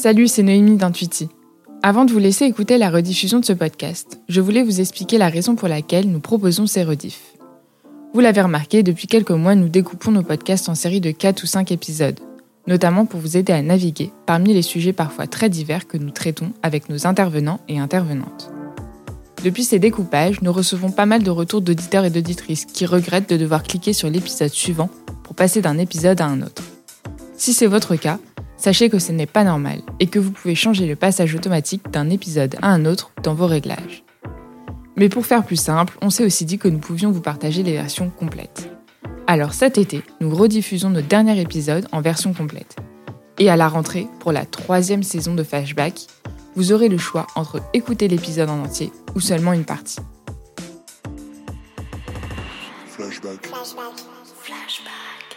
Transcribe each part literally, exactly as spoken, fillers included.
Salut, c'est Noémie d'Intuiti. Avant de vous laisser écouter la rediffusion de ce podcast, je voulais vous expliquer la raison pour laquelle nous proposons ces rediffs. Vous l'avez remarqué, depuis quelques mois, nous découpons nos podcasts en séries de quatre ou cinq épisodes, notamment pour vous aider à naviguer parmi les sujets parfois très divers que nous traitons avec nos intervenants et intervenantes. Depuis ces découpages, nous recevons pas mal de retours d'auditeurs et d'auditrices qui regrettent de devoir cliquer sur l'épisode suivant pour passer d'un épisode à un autre. Si c'est votre cas, sachez que ce n'est pas normal et que vous pouvez changer le passage automatique d'un épisode à un autre dans vos réglages. Mais pour faire plus simple, on s'est aussi dit que nous pouvions vous partager les versions complètes. Alors cet été, nous rediffusons notre dernier épisode en version complète. Et à la rentrée, pour la troisième saison de Flashback, vous aurez le choix entre écouter l'épisode en entier ou seulement une partie. Flashback. Flashback. Flashback.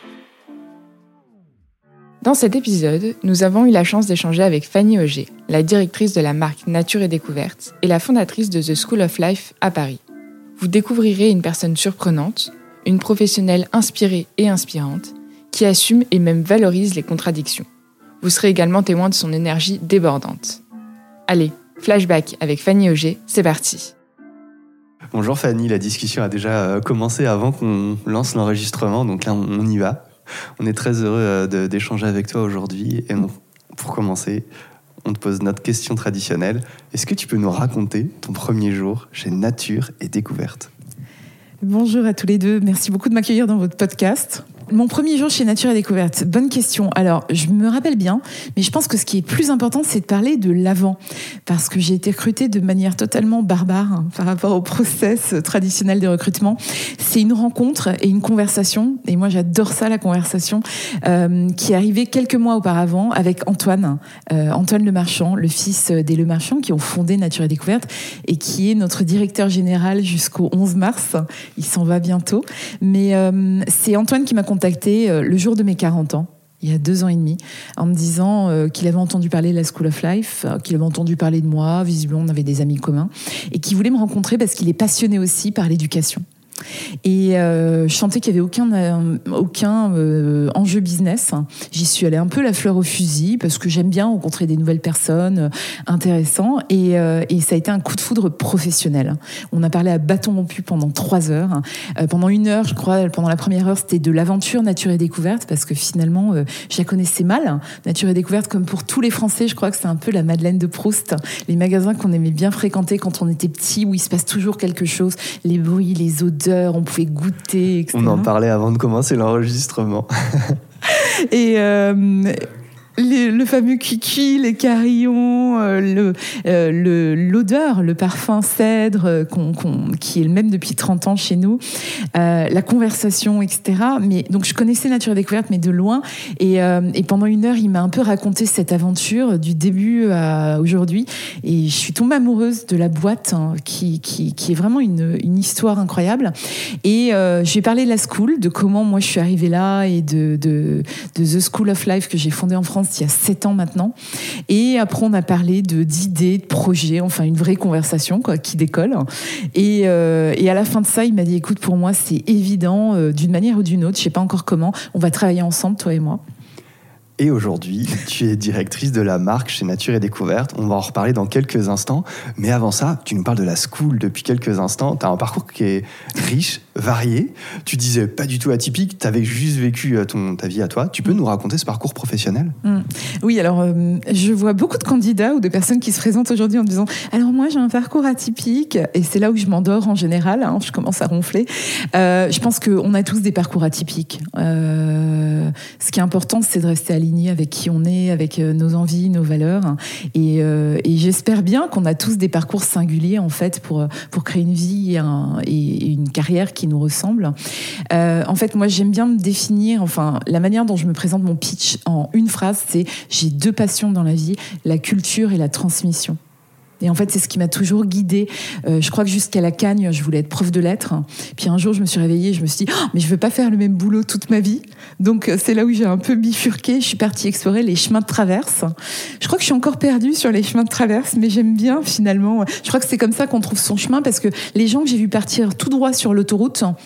Dans cet épisode, nous avons eu la chance d'échanger avec Fanny Auger, la directrice de la marque Nature et Découverte et la fondatrice de The School of Life à Paris. Vous découvrirez une personne surprenante, une professionnelle inspirée et inspirante, qui assume et même valorise les contradictions. Vous serez également témoin de son énergie débordante. Allez, Flashback avec Fanny Auger, c'est parti. Bonjour Fanny, la discussion a déjà commencé avant qu'on lance l'enregistrement, donc là on y va. On est très heureux de, d'échanger avec toi aujourd'hui. Et on, pour commencer, on te pose notre question traditionnelle. Est-ce que tu peux nous raconter ton premier jour chez Nature et Découverte ? Bonjour à tous les deux. Merci beaucoup de m'accueillir dans votre podcast. Mon premier jour chez Nature et Découverte, bonne question. Alors, je me rappelle bien, mais je pense que ce qui est plus important, c'est de parler de l'avant. Parce que j'ai été recrutée de manière totalement barbare hein, par rapport au process traditionnel de recrutement. C'est une rencontre et une conversation, et moi j'adore ça, la conversation, euh, qui est arrivée quelques mois auparavant avec Antoine, euh, Antoine Lemarchand, le fils des Lemarchand, qui ont fondé Nature et Découverte, et qui est notre directeur général jusqu'au onze mars. Il s'en va bientôt. Mais euh, c'est Antoine qui m'a contacté le jour de mes quarante ans, il y a deux ans et demi, en me disant euh, qu'il avait entendu parler de la School of Life, euh, qu'il avait entendu parler de moi, visiblement on avait des amis communs, et qu'il voulait me rencontrer parce qu'il est passionné aussi par l'éducation. Et euh, je sentais qu'il n'y avait aucun, euh, aucun euh, enjeu business. J'y suis allée un peu la fleur au fusil parce que j'aime bien rencontrer des nouvelles personnes euh, intéressantes. Et, euh, et ça a été un coup de foudre professionnel. On a parlé à bâton rompu pendant trois heures. Euh, pendant une heure, je crois, pendant la première heure, c'était de l'aventure Nature et Découverte parce que finalement, euh, je la connaissais mal. Nature et Découverte, comme pour tous les Français, je crois que c'est un peu la Madeleine de Proust. Les magasins qu'on aimait bien fréquenter quand on était petit, où il se passe toujours quelque chose. Les bruits, les odeurs, on pouvait goûter, et cetera. On en parlait avant de commencer l'enregistrement. Et euh, les, le fameux cuicui, les carillons, euh, le, euh, le, l'odeur, le parfum cèdre euh, qu'on, qu'on, qui est le même depuis trente ans chez nous, euh, la conversation, et cetera. Mais, donc je connaissais Nature et Découverte, mais de loin. Et, euh, et pendant une heure, il m'a un peu raconté cette aventure du début à aujourd'hui. Et je suis tombée amoureuse de la boîte, hein, qui, qui, qui est vraiment une, une histoire incroyable. Et euh, j'ai parlé de la School, de comment moi je suis arrivée là et de, de, de The School of Life que j'ai fondée en France il y a sept ans maintenant. Et après, on a parlé de, d'idées, de projets, enfin une vraie conversation quoi, qui décolle. Et, euh, et à la fin de ça, il m'a dit, écoute, pour moi, c'est évident, euh, d'une manière ou d'une autre, je ne sais pas encore comment, on va travailler ensemble, toi et moi. Et aujourd'hui, tu es directrice de la marque chez Nature et Découverte. On va en reparler dans quelques instants. Mais avant ça, tu nous parles de la School depuis quelques instants. Tu as un parcours qui est riche, varié. Tu disais pas du tout atypique. Tu avais juste vécu ton, ta vie à toi. Tu peux nous raconter ce parcours professionnel ? mmh. Oui, alors euh, je vois beaucoup de candidats ou de personnes qui se présentent aujourd'hui en me disant « Alors moi, j'ai un parcours atypique. » Et c'est là où je m'endors en général. Hein, je commence à ronfler. Euh, je pense qu'on a tous des parcours atypiques. Euh, ce qui est important, c'est de rester aligné avec qui on est, avec nos envies, nos valeurs. Et, euh, et j'espère bien qu'on a tous des parcours singuliers, en fait, pour, pour créer une vie et, un, et une carrière qui nous ressemble. Euh, en fait, moi, j'aime bien me définir, enfin, la manière dont je me présente mon pitch en une phrase, c'est « J'ai deux passions dans la vie, la culture et la transmission ». Et en fait, c'est ce qui m'a toujours guidée. Euh, je crois que jusqu'à la Cagne, je voulais être prof de lettres. Puis un jour, je me suis réveillée et je me suis dit oh, « mais je ne veux pas faire le même boulot toute ma vie ». Donc, c'est là où j'ai un peu bifurqué. Je suis partie explorer les chemins de traverse. Je crois que je suis encore perdue sur les chemins de traverse, mais j'aime bien finalement. Je crois que c'est comme ça qu'on trouve son chemin parce que les gens que j'ai vus partir tout droit sur l'autoroute,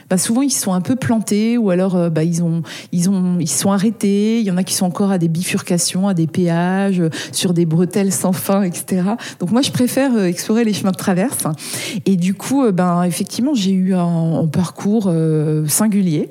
bah souvent ils sont un peu plantés ou alors euh, bah, ils, ont, ils, ont, ils sont arrêtés. Il y en a qui sont encore à des bifurcations, à des péages, euh, sur des bretelles sans fin, et cetera. Donc moi je préfère euh, explorer les chemins de traverse. Et du coup, euh, ben, effectivement, j'ai eu un, un parcours euh, singulier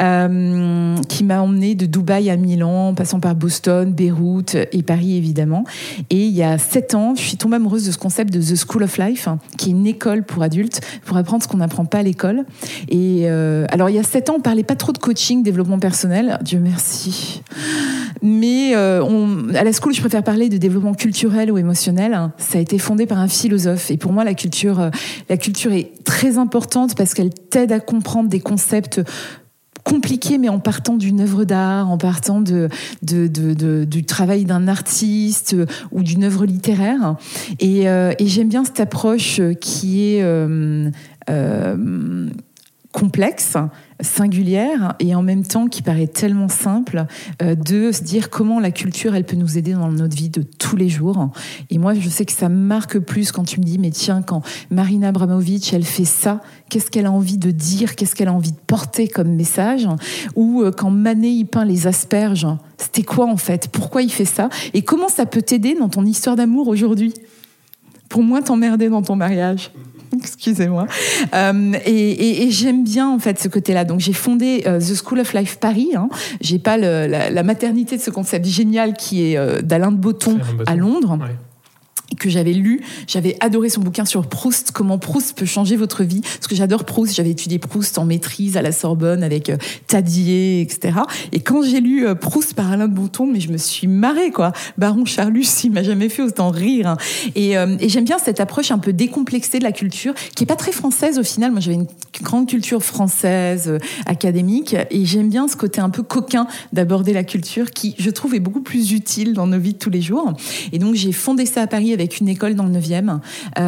euh, qui m'a emmené de Dubaï à Milan, en passant par Boston, Beyrouth et Paris évidemment. Et il y a sept ans, je suis tombée amoureuse de ce concept de The School of Life, hein, qui est une école pour adultes, pour apprendre ce qu'on n'apprend pas à l'école. Et euh, alors il y a sept ans, on parlait pas trop de coaching, développement personnel, Dieu merci. Mais euh, on, à la school, je préfère parler de développement culturel ou émotionnel. Ça a été fondé par un philosophe. Et pour moi, la culture, euh, la culture est très importante parce qu'elle t'aide à comprendre des concepts compliqué, mais en partant d'une œuvre d'art, en partant de, de, de, de, du travail d'un artiste euh, ou d'une œuvre littéraire. Et, euh, et j'aime bien cette approche qui est euh, euh, complexe, singulière et en même temps qui paraît tellement simple, euh, de se dire comment la culture elle peut nous aider dans notre vie de tous les jours. Et moi je sais que ça me marque plus quand tu me dis mais tiens, quand Marina Abramovic elle fait ça, qu'est-ce qu'elle a envie de dire, qu'est-ce qu'elle a envie de porter comme message, ou euh, quand Manet il peint les asperges, c'était quoi en fait, pourquoi il fait ça et comment ça peut t'aider dans ton histoire d'amour aujourd'hui pour moins t'emmerder dans ton mariage. Excusez-moi. Euh, et, et, et j'aime bien en fait ce côté-là. Donc j'ai fondé euh, The School of Life Paris. Hein. J'ai pas le, la, la maternité de ce concept génial qui est euh, d'Alain de Botton à Londres. Ouais. Que j'avais lu, j'avais adoré son bouquin sur Proust, comment Proust peut changer votre vie, parce que j'adore Proust, j'avais étudié Proust en maîtrise à la Sorbonne avec euh, Tadier, et cetera. Et quand j'ai lu euh, Proust par Alain de Botton, mais je me suis marrée, quoi. Baron Charlus, il m'a jamais fait autant rire. Hein. Et, euh, et j'aime bien cette approche un peu décomplexée de la culture, qui est pas très française au final. Moi, j'avais une grande culture française, euh, académique, et j'aime bien ce côté un peu coquin d'aborder la culture, qui, je trouve, est beaucoup plus utile dans nos vies de tous les jours. Et donc, j'ai fondé ça à Paris avec une école dans le neuvième,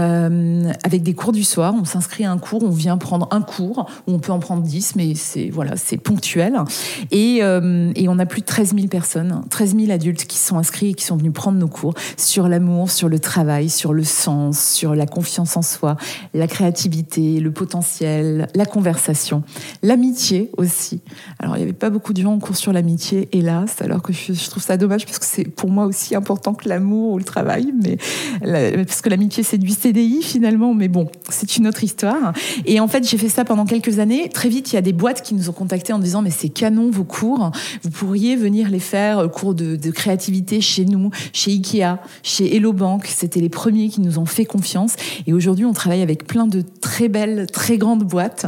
euh, avec des cours du soir. On s'inscrit à un cours, on vient prendre un cours, ou on peut en prendre dix, mais c'est, voilà, c'est ponctuel. Et, euh, et on a plus de treize mille personnes, treize mille adultes qui sont inscrits et qui sont venus prendre nos cours sur l'amour, sur le travail, sur le sens, sur la confiance en soi, la créativité, le potentiel, la conversation, l'amitié aussi. Alors, il n'y avait pas beaucoup de gens en cours sur l'amitié, hélas, alors que je, je trouve ça dommage parce que c'est pour moi aussi important que l'amour ou le travail, mais parce que l'amitié c'est du C D I finalement, mais bon, c'est une autre histoire. Et en fait, j'ai fait ça pendant quelques années. Très vite, il y a des boîtes qui nous ont contactés en disant mais c'est canon vos cours, vous pourriez venir les faire, cours de, de créativité chez nous, chez Ikea, chez Hello Bank. C'était les premiers qui nous ont fait confiance. Et aujourd'hui, on travaille avec plein de très belles, très grandes boîtes.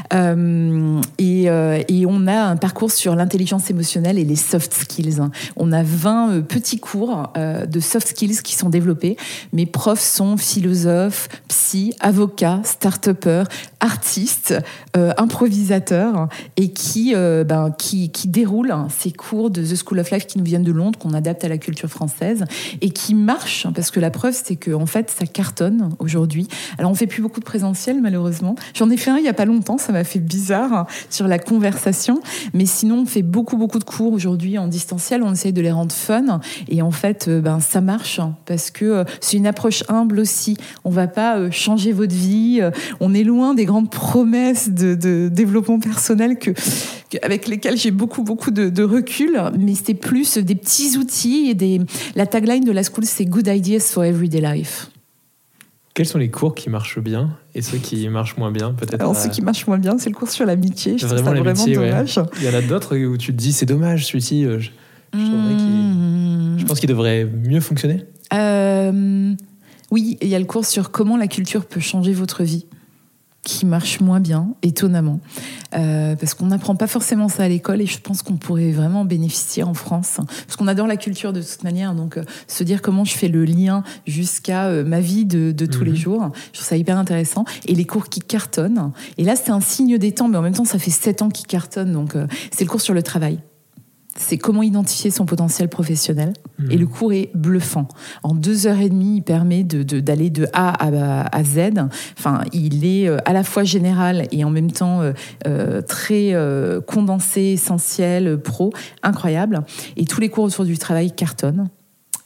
Euh, et, euh, et on a un parcours sur l'intelligence émotionnelle et les soft skills. On a vingt petits cours euh, de soft skills qui sont développés. Mes profs sont philosophes, psy, avocats, start-upers, artistes, euh, improvisateurs et qui, euh, ben, qui, qui déroulent ces cours de The School of Life qui nous viennent de Londres, qu'on adapte à la culture française et qui marchent parce que la preuve, c'est que en fait, ça cartonne aujourd'hui. Alors, on fait plus beaucoup de présentiel, malheureusement. J'en ai fait un il y a pas longtemps, ça m'a fait bizarre hein, sur la conversation, mais sinon, on fait beaucoup, beaucoup de cours aujourd'hui en distanciel. On essaye de les rendre fun et en fait, euh, ben, ça marche parce que euh, c'est une approche humble aussi. On va pas euh, changer votre vie. Euh, on est loin des grandes promesses de, de développement personnel que, que, avec lesquelles j'ai beaucoup, beaucoup de, de recul. Mais c'était plus des petits outils et des... La tagline de la school, c'est Good Ideas for Everyday Life. Quels sont les cours qui marchent bien et ceux qui marchent moins bien, peut-être? Alors, à... ceux qui marchent moins bien, c'est le cours sur l'amitié. Je vraiment trouve ça l'amitié, vraiment dommage. Ouais. Il y en a d'autres où tu te dis, c'est dommage, celui-ci, je, je, mmh. qu'il... je pense qu'il devrait mieux fonctionner. Euh... Oui, il y a le cours sur comment la culture peut changer votre vie, qui marche moins bien, étonnamment. Euh, parce qu'on n'apprend pas forcément ça à l'école et je pense qu'on pourrait vraiment bénéficier en France. Parce qu'on adore la culture de toute manière, donc euh, se dire comment je fais le lien jusqu'à euh, ma vie de, de tous mmh. les jours, je trouve ça hyper intéressant. Et les cours qui cartonnent. Et là, c'est un signe des temps, mais en même temps, ça fait sept ans qu'ils cartonnent, donc euh, c'est le cours sur le travail. C'est comment identifier son potentiel professionnel. Mmh. Et le cours est bluffant. En deux heures et demie, il permet de, de, d'aller de A à, à Z. Enfin, il est à la fois général et en même temps euh, très euh, condensé, essentiel, pro, incroyable. Et tous les cours autour du travail cartonnent.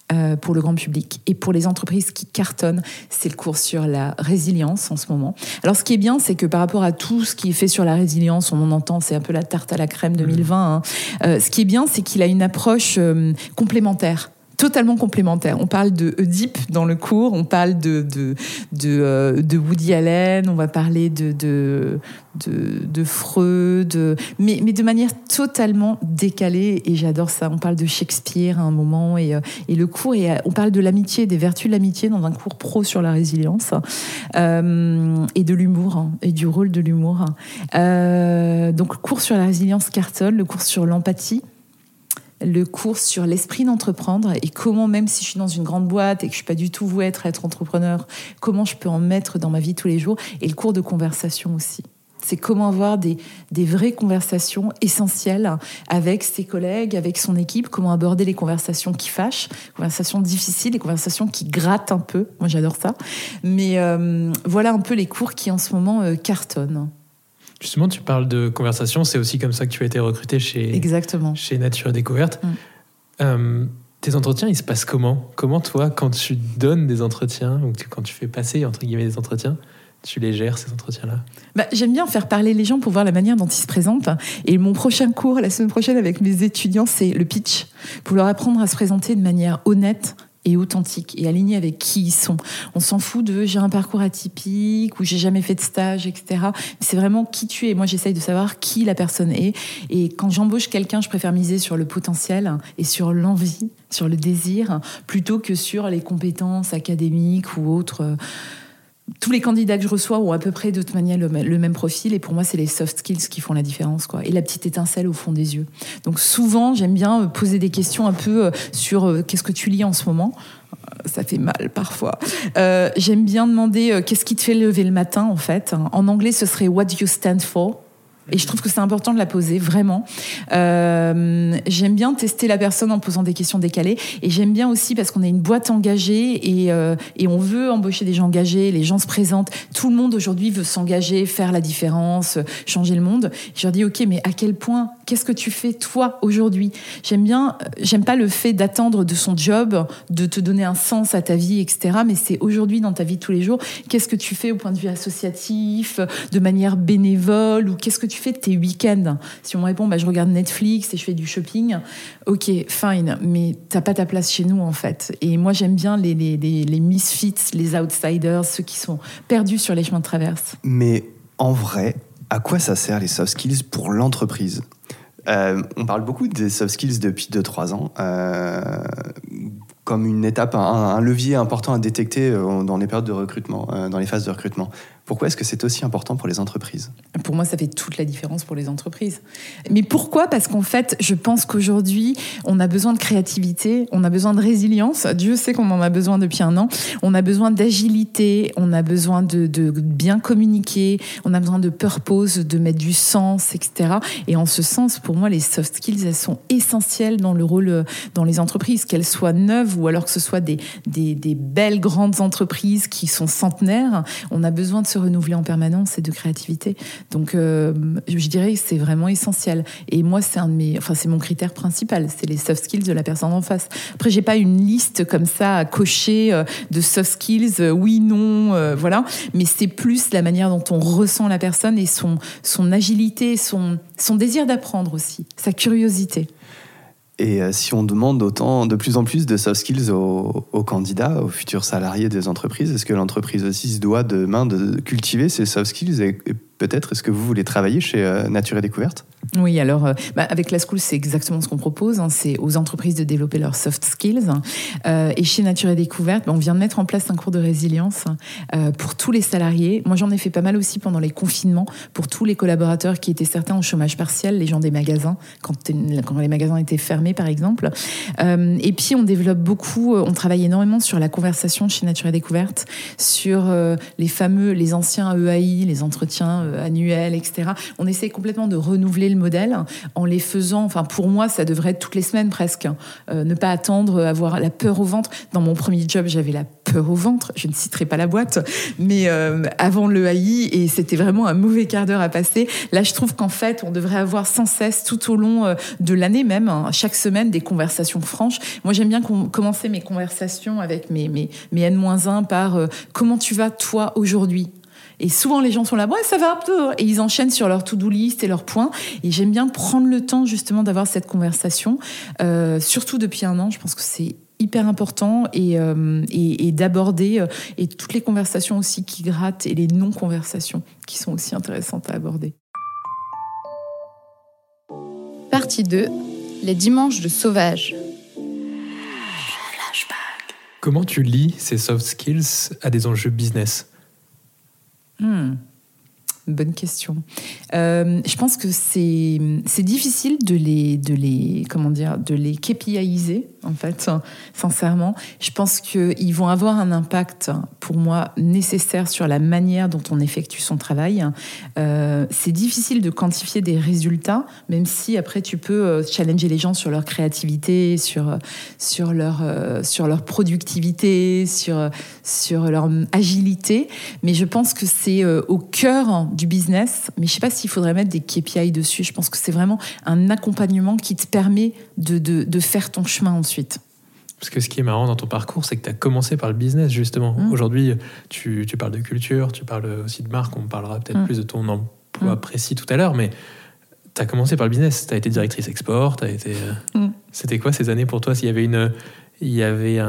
euh, pour le grand public. Et pour les entreprises qui cartonnent, c'est le cours sur la résilience en ce moment. Alors, ce qui est bien, c'est que par rapport à tout ce qui est fait sur la résilience, on en entend, c'est un peu la tarte à la crème deux mille vingt. Hein. Euh, ce qui est bien, c'est qu'il a une approche euh, complémentaire. Totalement complémentaire. On parle de Oedipe dans le cours, on parle de, de, de, euh, de Woody Allen, on va parler de, de, de, de Freud, mais, mais de manière totalement décalée, et j'adore ça. On parle de Shakespeare à un moment, et, et le cours, et on parle de l'amitié, des vertus de l'amitié dans un cours pro sur la résilience, euh, et de l'humour, hein, et du rôle de l'humour. Euh, donc, le cours sur la résilience cartonne, le cours sur l'empathie, le cours sur l'esprit d'entreprendre et comment, même si je suis dans une grande boîte et que je suis pas du tout vouée être, être entrepreneur, comment je peux en mettre dans ma vie tous les jours, et le cours de conversation aussi. C'est comment avoir des, des vraies conversations essentielles avec ses collègues, avec son équipe, comment aborder les conversations qui fâchent, conversations difficiles, les conversations qui grattent un peu. Moi, j'adore ça. Mais euh, voilà un peu les cours qui, en ce moment, euh, cartonnent. Justement, tu parles de conversation, c'est aussi comme ça que tu as été recrutée chez, Exactement. chez Nature et Découverte. Mm. Euh, tes entretiens, ils se passent comment ? Comment toi, quand tu donnes des entretiens, ou quand tu fais passer, entre guillemets, des entretiens, tu les gères, ces entretiens-là ? Bah, j'aime bien faire parler les gens pour voir la manière dont ils se présentent. Et mon prochain cours, la semaine prochaine, avec mes étudiants, c'est le pitch, pour leur apprendre à se présenter de manière honnête et authentique et alignée avec qui ils sont. On s'en fout de j'ai un parcours atypique ou j'ai jamais fait de stage, et cetera. C'est vraiment qui tu es. Moi, j'essaye de savoir qui la personne est. Et quand j'embauche quelqu'un, je préfère miser sur le potentiel et sur l'envie, sur le désir, plutôt que sur les compétences académiques ou autres. Tous les candidats que je reçois ont à peu près de toute manière le, le même profil, et pour moi c'est les soft skills qui font la différence, quoi, et la petite étincelle au fond des yeux. Donc souvent j'aime bien poser des questions un peu sur euh, qu'est-ce que tu lis en ce moment. Ça fait mal parfois. Euh, j'aime bien demander euh, qu'est-ce qui te fait lever le matin, en fait. En anglais ce serait what do you stand for. Et je trouve que c'est important de la poser, vraiment. Euh, j'aime bien tester la personne en posant des questions décalées. Et j'aime bien aussi, parce qu'on est une boîte engagée et, euh, et on veut embaucher des gens engagés, les gens se présentent. Tout le monde aujourd'hui veut s'engager, faire la différence, changer le monde. Je leur dis, ok, mais à quel point ? Qu'est-ce que tu fais, toi, aujourd'hui ? J'aime bien, j'aime pas le fait d'attendre de son job, de te donner un sens à ta vie, et cetera. Mais c'est aujourd'hui, dans ta vie de tous les jours, qu'est-ce que tu fais au point de vue associatif, de manière bénévole, ou qu'est-ce que tu fais de tes week-ends ? Si on me répond, bah, je regarde Netflix et je fais du shopping, ok, fine, mais t'as pas ta place chez nous, en fait. Et moi, j'aime bien les, les, les, les misfits, les outsiders, ceux qui sont perdus sur les chemins de traverse. Mais en vrai, à quoi ça sert les soft skills pour l'entreprise ? Euh, on parle beaucoup des soft skills depuis deux trois ans, euh, comme une étape, un, un levier important à détecter dans les périodes de recrutement, euh, dans les phases de recrutement. Pourquoi est-ce que c'est aussi important pour les entreprises ? Pour moi, ça fait toute la différence pour les entreprises. Mais pourquoi ? Parce qu'en fait, je pense qu'aujourd'hui, on a besoin de créativité, on a besoin de résilience. Dieu sait qu'on en a besoin depuis un an. On a besoin d'agilité, on a besoin de, de bien communiquer, on a besoin de purpose, de mettre du sens, et cetera. Et en ce sens, pour moi, les soft skills, elles sont essentielles dans le rôle, dans les entreprises, qu'elles soient neuves ou alors que ce soit des, des, des belles grandes entreprises qui sont centenaires. On a besoin de se renouveler en permanence et de créativité. Donc, euh, je dirais que c'est vraiment essentiel. Et moi, c'est un de mes, enfin, c'est mon critère principal. C'est les soft skills de la personne en face. Après, j'ai pas une liste comme ça à cocher euh, de soft skills, euh, oui, non, euh, voilà. Mais c'est plus la manière dont on ressent la personne et son, son agilité, son, son désir d'apprendre aussi, sa curiosité. Et euh, si on demande autant, de plus en plus de soft skills aux, aux candidats, aux futurs salariés des entreprises, est-ce que l'entreprise aussi se doit demain de cultiver ces soft skills et, et peut-être est-ce que vous voulez travailler chez euh, Nature et Découverte ? Oui, alors euh, bah, avec la School, c'est exactement ce qu'on propose. Hein, c'est aux entreprises de développer leurs soft skills. Euh, et chez Nature et Découverte, bah, on vient de mettre en place un cours de résilience euh, pour tous les salariés. Moi, j'en ai fait pas mal aussi pendant les confinements pour tous les collaborateurs qui étaient certains au chômage partiel, les gens des magasins, quand, quand les magasins étaient fermés, par exemple. Euh, et puis, on développe beaucoup, on travaille énormément sur la conversation chez Nature et Découverte, sur euh, les fameux, les anciens E A I, les entretiens euh, annuels, et cetera. On essaie complètement de renouveler le modèle en les faisant, enfin pour moi ça devrait être toutes les semaines presque, euh, ne pas attendre, avoir la peur au ventre. Dans mon premier job j'avais la peur au ventre, je ne citerai pas la boîte, mais euh, avant le A I, et c'était vraiment un mauvais quart d'heure à passer. Là, je trouve qu'en fait, on devrait avoir sans cesse, tout au long euh, de l'année même, hein, chaque semaine, des conversations franches. Moi, j'aime bien com- commencer mes conversations avec mes, mes, mes N moins un par euh, « Comment tu vas, toi, aujourd'hui ?» Et souvent, les gens sont là, ouais, ça va un peu. Et ils enchaînent sur leur to-do list et leurs points. Et j'aime bien prendre le temps, justement, d'avoir cette conversation. Euh, surtout depuis un an, je pense que c'est hyper important. Et, euh, et, et d'aborder, euh, et toutes les conversations aussi qui grattent, et les non-conversations qui sont aussi intéressantes à aborder. Partie deux, les dimanches de sauvage. Comment tu lis ces soft skills à des enjeux business ? Hmm. Bonne question. Euh, je pense que c'est, c'est difficile de les, de les, comment dire, de les K P I-iser, en fait, sincèrement. Je pense qu'ils vont avoir un impact, pour moi, nécessaire sur la manière dont on effectue son travail. Euh, c'est difficile de quantifier des résultats, même si après tu peux challenger les gens sur leur créativité, sur, sur, leur, euh, sur leur productivité, sur, sur leur agilité. Mais je pense que c'est euh, au cœur du business, mais je ne sais pas s'il faudrait mettre des K P I dessus. Je pense que c'est vraiment un accompagnement qui te permet de, de, de faire ton chemin ensuite. Parce que ce qui est marrant dans ton parcours, c'est que tu as commencé par le business, justement. Mmh. Aujourd'hui, tu, tu parles de culture, tu parles aussi de marque, on parlera peut-être mmh. plus de ton emploi mmh. précis tout à l'heure, mais tu as commencé par le business. Tu as été directrice export, t'as été... Mmh. C'était quoi ces années pour toi ? S'il y avait une, il y avait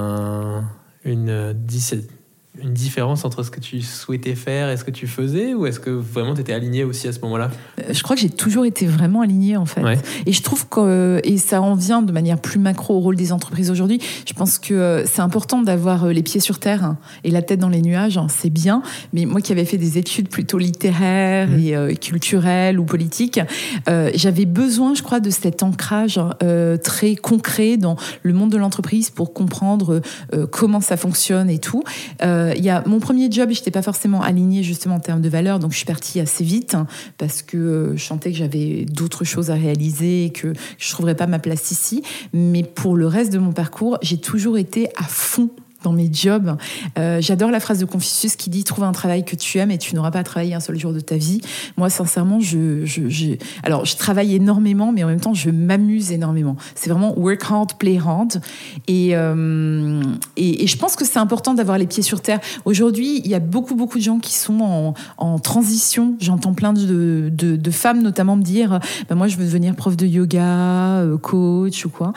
un, une dix-sept une différence entre ce que tu souhaitais faire et ce que tu faisais, ou est-ce que vraiment tu étais alignée aussi à ce moment-là ? Je crois que j'ai toujours été vraiment alignée, en fait. Ouais. Et je trouve que, et ça en vient de manière plus macro au rôle des entreprises aujourd'hui, je pense que c'est important d'avoir les pieds sur terre et la tête dans les nuages, c'est bien, mais moi qui avais fait des études plutôt littéraires mmh. et euh, culturelles ou politiques, euh, j'avais besoin, je crois, de cet ancrage euh, très concret dans le monde de l'entreprise pour comprendre euh, comment ça fonctionne et tout. Euh, Il y a mon premier job, je n'étais pas forcément alignée justement en termes de valeurs, donc je suis partie assez vite parce que je sentais que j'avais d'autres choses à réaliser et que je ne trouverais pas ma place ici. Mais pour le reste de mon parcours, j'ai toujours été à fond dans mes jobs. Euh, j'adore la phrase de Confucius qui dit « Trouve un travail que tu aimes et tu n'auras pas à travailler un seul jour de ta vie ». Moi, sincèrement, je, je, je, alors, je travaille énormément, mais en même temps, je m'amuse énormément. C'est vraiment work hard, play hard. Et, euh, et, et je pense que c'est important d'avoir les pieds sur terre. Aujourd'hui, il y a beaucoup, beaucoup de gens qui sont en, en transition. J'entends plein de, de, de femmes, notamment, me dire bah, « Moi, je veux devenir prof de yoga, coach ou quoi. »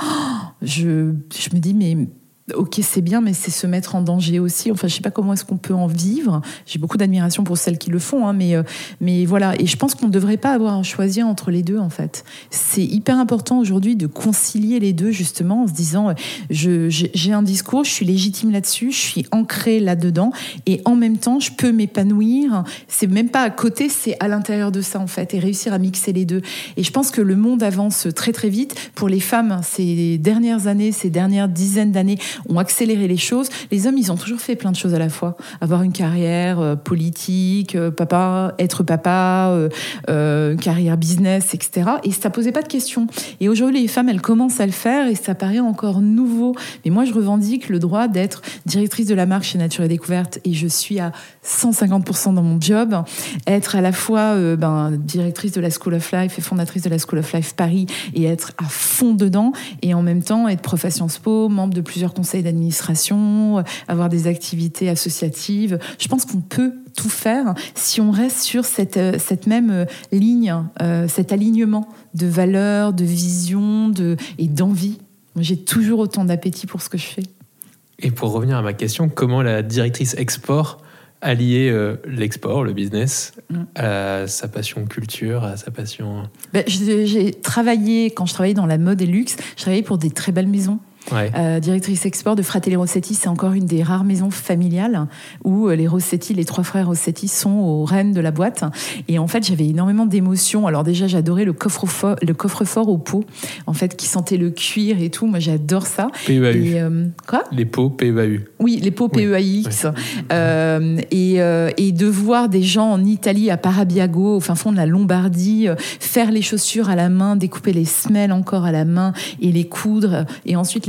Je, je me dis « Mais... » Ok, c'est bien, mais c'est se mettre en danger aussi. Enfin, je sais pas comment est-ce qu'on peut en vivre. J'ai beaucoup d'admiration pour celles qui le font, hein, mais, euh, mais voilà. Et je pense qu'on ne devrait pas avoir à choisir entre les deux, en fait. C'est hyper important aujourd'hui de concilier les deux, justement, en se disant euh, je, j'ai un discours, je suis légitime là-dessus, je suis ancrée là-dedans, et en même temps, je peux m'épanouir. C'est même pas à côté, c'est à l'intérieur de ça, en fait, et réussir à mixer les deux. Et je pense que le monde avance très, très vite. Pour les femmes, ces dernières années, ces dernières dizaines d'années, ont accéléré les choses. Les hommes, ils ont toujours fait plein de choses à la fois. Avoir une carrière euh, politique, euh, papa, être papa, euh, euh, carrière business, et cetera. Et ça posait pas de questions. Et aujourd'hui, les femmes, elles commencent à le faire et ça paraît encore nouveau. Mais moi, je revendique le droit d'être directrice de la marque chez Nature et Découverte et je suis à cent cinquante pour cent dans mon job. Être à la fois euh, ben, directrice de la School of Life et fondatrice de la School of Life Paris et être à fond dedans et en même temps être prof à Sciences Po, membre de plusieurs conseil d'administration, avoir des activités associatives. Je pense qu'on peut tout faire si on reste sur cette, cette même ligne, euh, cet alignement de valeurs, de vision de, et d'envie. Moi, j'ai toujours autant d'appétit pour ce que je fais. Et pour revenir à ma question, comment la directrice export allier euh, l'export, le business, mmh. à sa passion culture, à sa passion... Ben, j'ai, j'ai travaillé, quand je travaillais dans la mode et luxe, je travaillais pour des très belles maisons. Ouais. Euh, directrice export de Fratelli Rossetti, c'est encore une des rares maisons familiales où les Rossetti, les trois frères Rossetti, sont aux rênes de la boîte. Et en fait, j'avais énormément d'émotions. Alors déjà, j'adorais le coffre-fort, le coffre-fort aux pots, en fait, qui sentait le cuir et tout. Moi, j'adore ça. P E A U. Et, euh, quoi ? Les pots P E A U. Oui, les pots P E A X. Oui. Euh, et, euh, et de voir des gens en Italie, à Parabiago, au fin fond de la Lombardie, euh, faire les chaussures à la main, découper les semelles encore à la main et les coudre, et ensuite les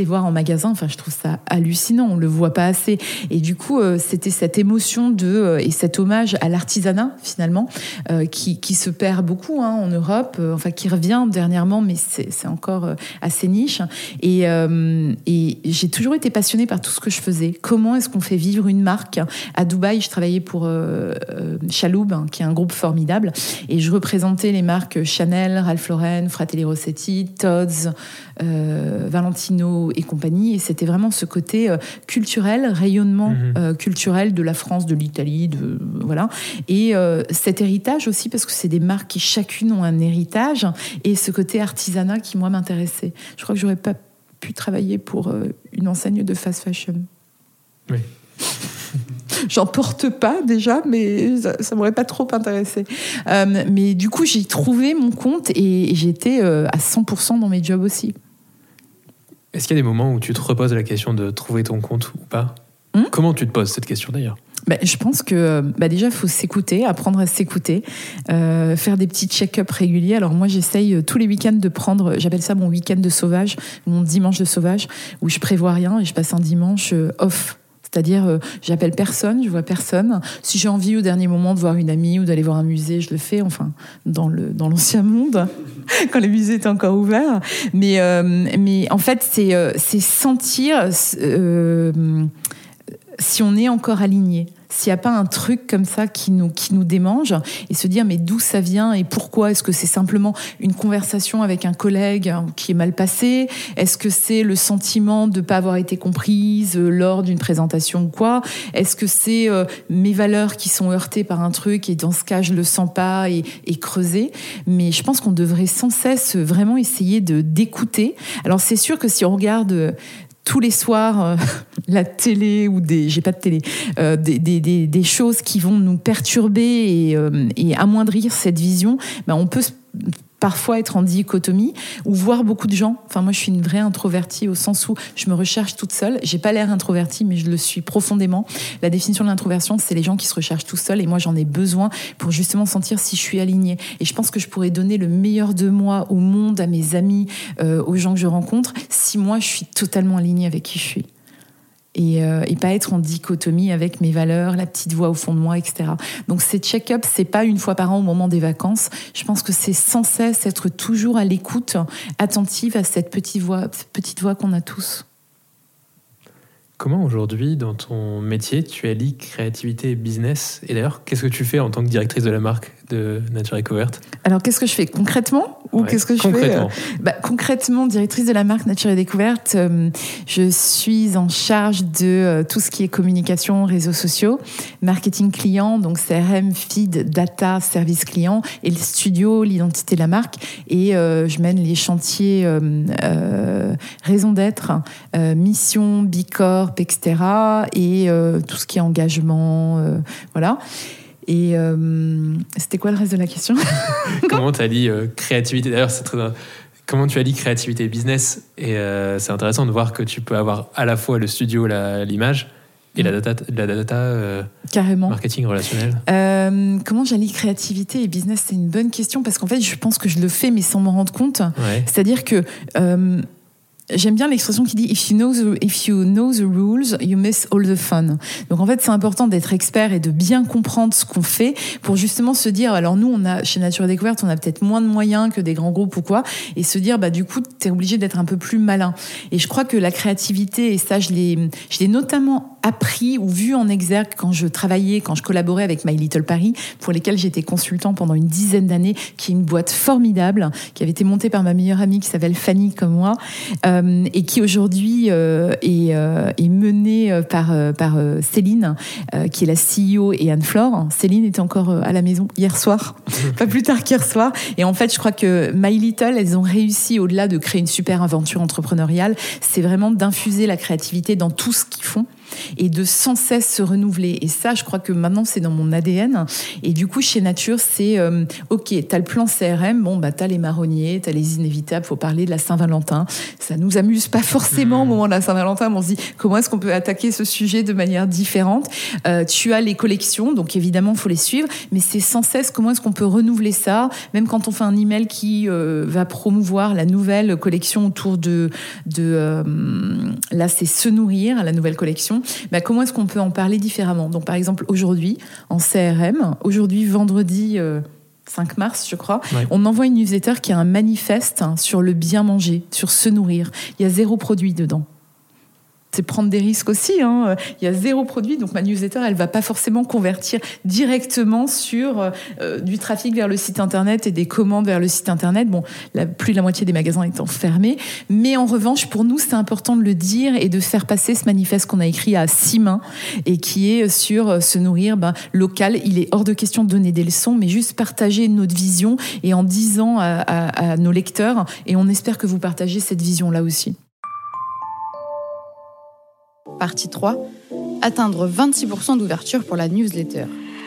les voir en magasin. Enfin, je trouve ça hallucinant. On le voit pas assez. Et du coup, euh, c'était cette émotion de euh, et cet hommage à l'artisanat finalement euh, qui, qui se perd beaucoup hein, en Europe. Euh, enfin, qui revient dernièrement, mais c'est, c'est encore euh, assez niche. Et, euh, et j'ai toujours été passionnée par tout ce que je faisais. Comment est-ce qu'on fait vivre une marque? À Dubaï, je travaillais pour euh, euh, Chaloub, hein, qui est un groupe formidable, et je représentais les marques Chanel, Ralph Lauren, Fratelli Rossetti, Tod's, euh, Valentino et compagnie. Et c'était vraiment ce côté euh, culturel, rayonnement mmh. euh, culturel de la France, de l'Italie, de voilà. Et euh, cet héritage aussi, parce que c'est des marques qui chacune ont un héritage, et ce côté artisanat qui moi m'intéressait. Je crois que j'aurais pas pu travailler pour euh, une enseigne de fast fashion. Oui. J'en porte pas déjà, mais ça, ça m'aurait pas trop intéressé. Euh, mais du coup, j'ai trouvé mon compte et, et j'étais euh, à cent pour cent dans mes jobs aussi. Est-ce qu'il y a des moments où tu te reposes la question de trouver ton compte ou pas ? hum Comment tu te poses cette question d'ailleurs ? Ben, je pense que bah déjà, il faut s'écouter, apprendre à s'écouter, euh, faire des petits check-up réguliers. Alors moi, j'essaye tous les week-ends de prendre, j'appelle ça mon week-end de sauvage, mon dimanche de sauvage, où je prévois rien et je passe un dimanche off. C'est-à-dire, euh, j'appelle personne, je vois personne. Si j'ai envie au dernier moment de voir une amie ou d'aller voir un musée, je le fais, enfin, dans, le, dans l'ancien monde, quand les musées étaient encore ouverts. Mais, euh, mais en fait, c'est, euh, c'est sentir euh, si on est encore aligné. S'il n'y a pas un truc comme ça qui nous, qui nous démange, et se dire mais d'où ça vient et pourquoi? Est-ce que c'est simplement une conversation avec un collègue qui est mal passée? Est-ce que c'est le sentiment de ne pas avoir été comprise lors d'une présentation ou quoi? Est-ce que c'est euh, mes valeurs qui sont heurtées par un truc et dans ce cas je ne le sens pas et, et creuser? Mais je pense qu'on devrait sans cesse vraiment essayer de, d'écouter. Alors c'est sûr que si on regarde tous les soirs euh, la télé ou des j'ai pas de télé euh, des, des, des, des choses qui vont nous perturber et, euh, et amoindrir cette vision, ben on peut parfois être en dichotomie ou voir beaucoup de gens. Enfin moi je suis une vraie introvertie au sens où je me recherche toute seule. J'ai pas l'air introvertie mais je le suis profondément. La définition de l'introversion c'est les gens qui se recherchent tout seuls et moi j'en ai besoin pour justement sentir si je suis alignée. Et je pense que je pourrais donner le meilleur de moi au monde, à mes amis, euh, aux gens que je rencontre si moi je suis totalement alignée avec qui je suis. Et, euh, et pas être en dichotomie avec mes valeurs, la petite voix au fond de moi, et cetera. Donc ces check-ups, c'est pas une fois par an au moment des vacances. Je pense que c'est sans cesse être toujours à l'écoute, attentive à cette petite voix, cette petite voix qu'on a tous. Comment aujourd'hui, dans ton métier, tu allies créativité et business? Et d'ailleurs, qu'est-ce que tu fais en tant que directrice de la marque de Nature Découverte? Alors, qu'est-ce que je fais concrètement ou ouais, qu'est-ce que je concrètement. fais bah, Concrètement, directrice de la marque Nature Découverte, euh, je suis en charge de euh, tout ce qui est communication, réseaux sociaux, marketing client, donc C R M, feed, data, service client, et le studio, l'identité de la marque. Et euh, je mène les chantiers euh, euh, raison d'être, euh, mission, Bicorp, et cetera. Et euh, tout ce qui est engagement, euh, voilà. Et euh, c'était quoi le reste de la question? Comment tu allies euh, créativité? D'ailleurs, c'est très. Comment tu allies créativité et business? Et euh, c'est intéressant de voir que tu peux avoir à la fois le studio, la, l'image, et mmh. la data, la data euh, carrément. Marketing relationnel. Euh, comment j'allie créativité et business? C'est une bonne question parce qu'en fait, je pense que je le fais, mais sans m'en rendre compte. Ouais. C'est-à-dire que euh, j'aime bien l'expression qui dit if you know the, if you know the rules, you miss all the fun. Donc en fait, c'est important d'être expert et de bien comprendre ce qu'on fait pour justement se dire, alors nous, on a chez Nature Découverte, on a peut-être moins de moyens que des grands groupes ou quoi, et se dire, bah du coup, t'es obligé d'être un peu plus malin. Et je crois que la créativité, et ça, je l'ai, je l'ai notamment appris ou vu en exergue quand je travaillais, quand je collaborais avec My Little Paris, pour lesquels j'étais consultant pendant une dizaine d'années, qui est une boîte formidable, qui avait été montée par ma meilleure amie qui s'appelle Fanny comme moi, euh, et qui aujourd'hui euh, est, euh, est menée par, euh, par euh, Céline, euh, qui est la C E O, et Anne-Flore. Céline était encore euh, à la maison hier soir, pas plus tard qu'hier soir. Et en fait, je crois que My Little, elles ont réussi, au-delà de créer une super aventure entrepreneuriale, c'est vraiment d'infuser la créativité dans tout ce qu'ils font. et de sans cesse se renouveler. Et ça, je crois que maintenant, c'est dans mon A D N. Et du coup, chez Nature, c'est euh, OK, t'as le plan C R M, bon, bah, t'as les marronniers, t'as les inévitables, faut parler de la Saint-Valentin. Ça nous amuse pas forcément mmh. au moment de la Saint-Valentin, mais on se dit comment est-ce qu'on peut attaquer ce sujet de manière différente. Euh, tu as les collections, donc évidemment, il faut les suivre, mais c'est sans cesse comment est-ce qu'on peut renouveler ça, même quand on fait un email qui euh, va promouvoir la nouvelle collection autour de, de euh, là c'est se nourrir, la nouvelle collection, bah, comment est-ce qu'on peut en parler différemment. Donc par exemple aujourd'hui en C R M, aujourd'hui vendredi euh, cinq mars je crois, ouais. on envoie une newsletter qui a un manifeste hein, sur le bien manger, sur se nourrir. Il y a zéro produit dedans. C'est prendre des risques aussi. Hein. Il y a zéro produit, donc ma newsletter, elle va pas forcément convertir directement sur euh, du trafic vers le site internet et des commandes vers le site internet. Bon, la, plus de la moitié des magasins étant fermés. Mais en revanche, pour nous, c'est important de le dire et de faire passer ce manifeste qu'on a écrit à six mains et qui est sur euh, se nourrir ben, local. Il est hors de question de donner des leçons, mais juste partager notre vision et en disant à, à, à nos lecteurs. Et on espère que vous partagez cette vision-là aussi. Partie trois, atteindre vingt-six pour cent d'ouverture pour la newsletter.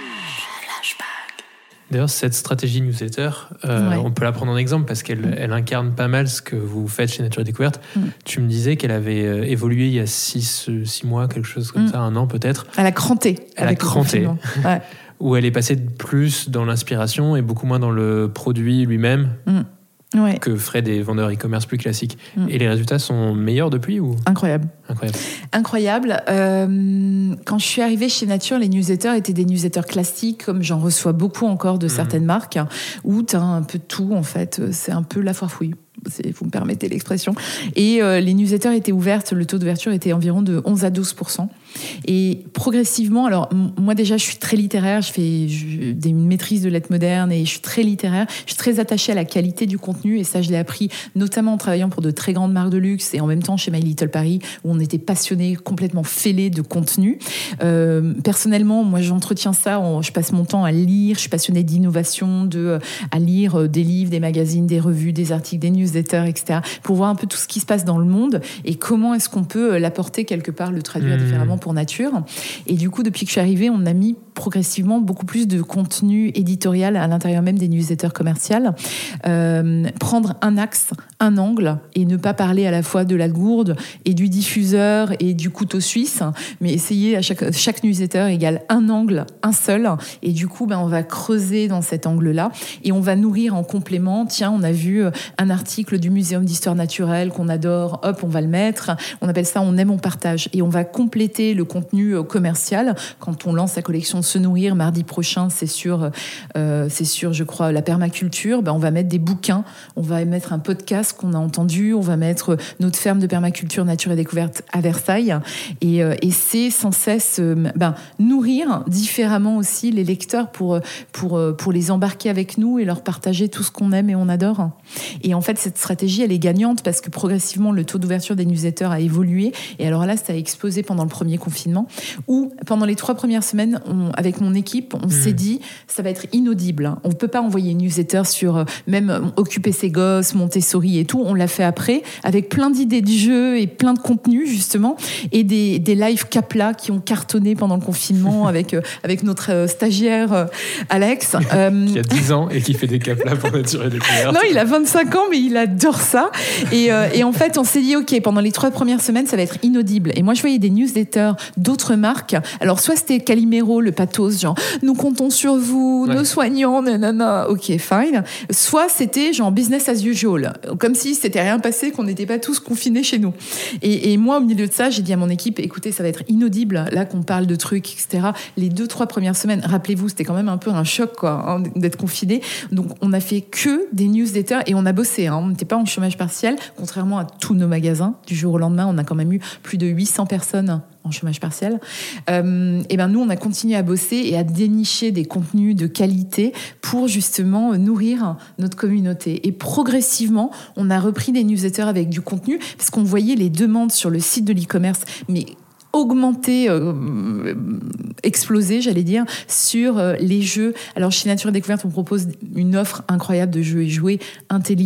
D'ailleurs, cette stratégie newsletter, euh, ouais. on peut la prendre en exemple parce qu'elle elle incarne pas mal ce que vous faites chez Nature et Découverte. Mm. Tu me disais qu'elle avait euh, évolué il y a six, six mois, quelque chose comme mm. ça, un an peut-être. Elle a cranté. Elle a cranté. Ouais. Où elle est passée de plus dans l'inspiration et beaucoup moins dans le produit lui-même. Mm. Ouais. Que feraient des vendeurs e-commerce plus classiques. Mmh. Et les résultats sont meilleurs depuis ou... Incroyable. Incroyable. Incroyable. Euh, quand je suis arrivée chez Nature, les newsletters étaient des newsletters classiques, comme j'en reçois beaucoup encore de mmh. certaines marques, où tu as un peu de tout, en fait. C'est un peu la foire fouille. C'est, vous me permettez l'expression. Et euh, les newsletters étaient ouvertes, le taux d'ouverture était environ de onze à douze pour cent. Et progressivement, alors m- moi déjà je suis très littéraire, je fais je, des, une maîtrise de lettres modernes et je suis très littéraire, je suis très attachée à la qualité du contenu et ça je l'ai appris notamment en travaillant pour de très grandes marques de luxe et en même temps chez My Little Paris où on était passionnés, complètement fêlés de contenu. Euh, personnellement, moi j'entretiens ça, on, je passe mon temps à lire, je suis passionnée d'innovation, de, à lire des livres, des magazines, des revues, des articles, des newsletters, et cetera pour voir un peu tout ce qui se passe dans le monde et comment est-ce qu'on peut l'apporter quelque part, le traduire mmh. différemment pour Nature. Et du coup, depuis que je suis arrivée, on a mis progressivement beaucoup plus de contenu éditorial à l'intérieur même des newsletters commerciales. Euh, prendre un axe, un angle et ne pas parler à la fois de la gourde et du diffuseur et du couteau suisse, mais essayer à chaque, chaque newsletter égale un angle, un seul. Et du coup, ben, on va creuser dans cet angle-là et on va nourrir en complément. Tiens, on a vu un article du Muséum d'Histoire Naturelle qu'on adore, hop, on va le mettre. On appelle ça « On aime, on partage ». Et on va compléter le contenu commercial quand on lance la collection Se Nourrir mardi prochain, c'est sur, euh, c'est sur, je crois, la permaculture. Ben, on va mettre des bouquins, on va mettre un podcast qu'on a entendu, on va mettre notre ferme de permaculture Nature et Découverte à Versailles. Et, euh, et c'est sans cesse euh, ben, nourrir différemment aussi les lecteurs pour, pour, pour les embarquer avec nous et leur partager tout ce qu'on aime et on adore. Et en fait, cette stratégie, elle est gagnante parce que progressivement, le taux d'ouverture des newsletters a évolué. Et alors là, ça a explosé pendant le premier confinement où, pendant les trois premières semaines, on, avec mon équipe, on mmh. s'est dit, ça va être inaudible. On ne peut pas envoyer une newsletter sur euh, même occuper ses gosses, Montessori et tout. On l'a fait après, avec plein d'idées de jeux et plein de contenus, justement, et des, des lives Capla qui ont cartonné pendant le confinement avec, euh, avec notre euh, stagiaire euh, Alex. Euh, qui a dix ans et qui fait des Capla pour Nature et Découverte. Non, il a vingt-cinq ans, mais il adore ça. Et, euh, et en fait, on s'est dit, OK, pendant les trois premières semaines, ça va être inaudible. Et moi, je voyais des newsletters d'autres marques. Alors, soit c'était Calimero, le pathos, genre, nous comptons sur vous, ouais. nos soignants, nanana, OK, fine. Soit c'était genre business as usual, comme si c'était rien passé, qu'on n'était pas tous confinés chez nous. Et, et moi, au milieu de ça, j'ai dit à mon équipe, écoutez, ça va être inaudible, là qu'on parle de trucs, et cetera. Les deux, trois premières semaines, rappelez-vous, c'était quand même un peu un choc, quoi, hein, d'être confinés. Donc, on a fait que des newsletters et on a bossé, hein. On n'était pas en chômage partiel, contrairement à tous nos magasins. Du jour au lendemain, on a quand même eu plus de huit cents personnes en chômage partiel. Euh, et ben nous, on a continué à bosser et à dénicher des contenus de qualité pour justement nourrir notre communauté. Et progressivement, on a repris des newsletters avec du contenu parce qu'on voyait les demandes sur le site de l'e-commerce, mais augmenter, euh, exploser, j'allais dire, sur euh, les jeux. Alors, chez Nature et Découverte, on propose une offre incroyable de jeux et jouets intelligents,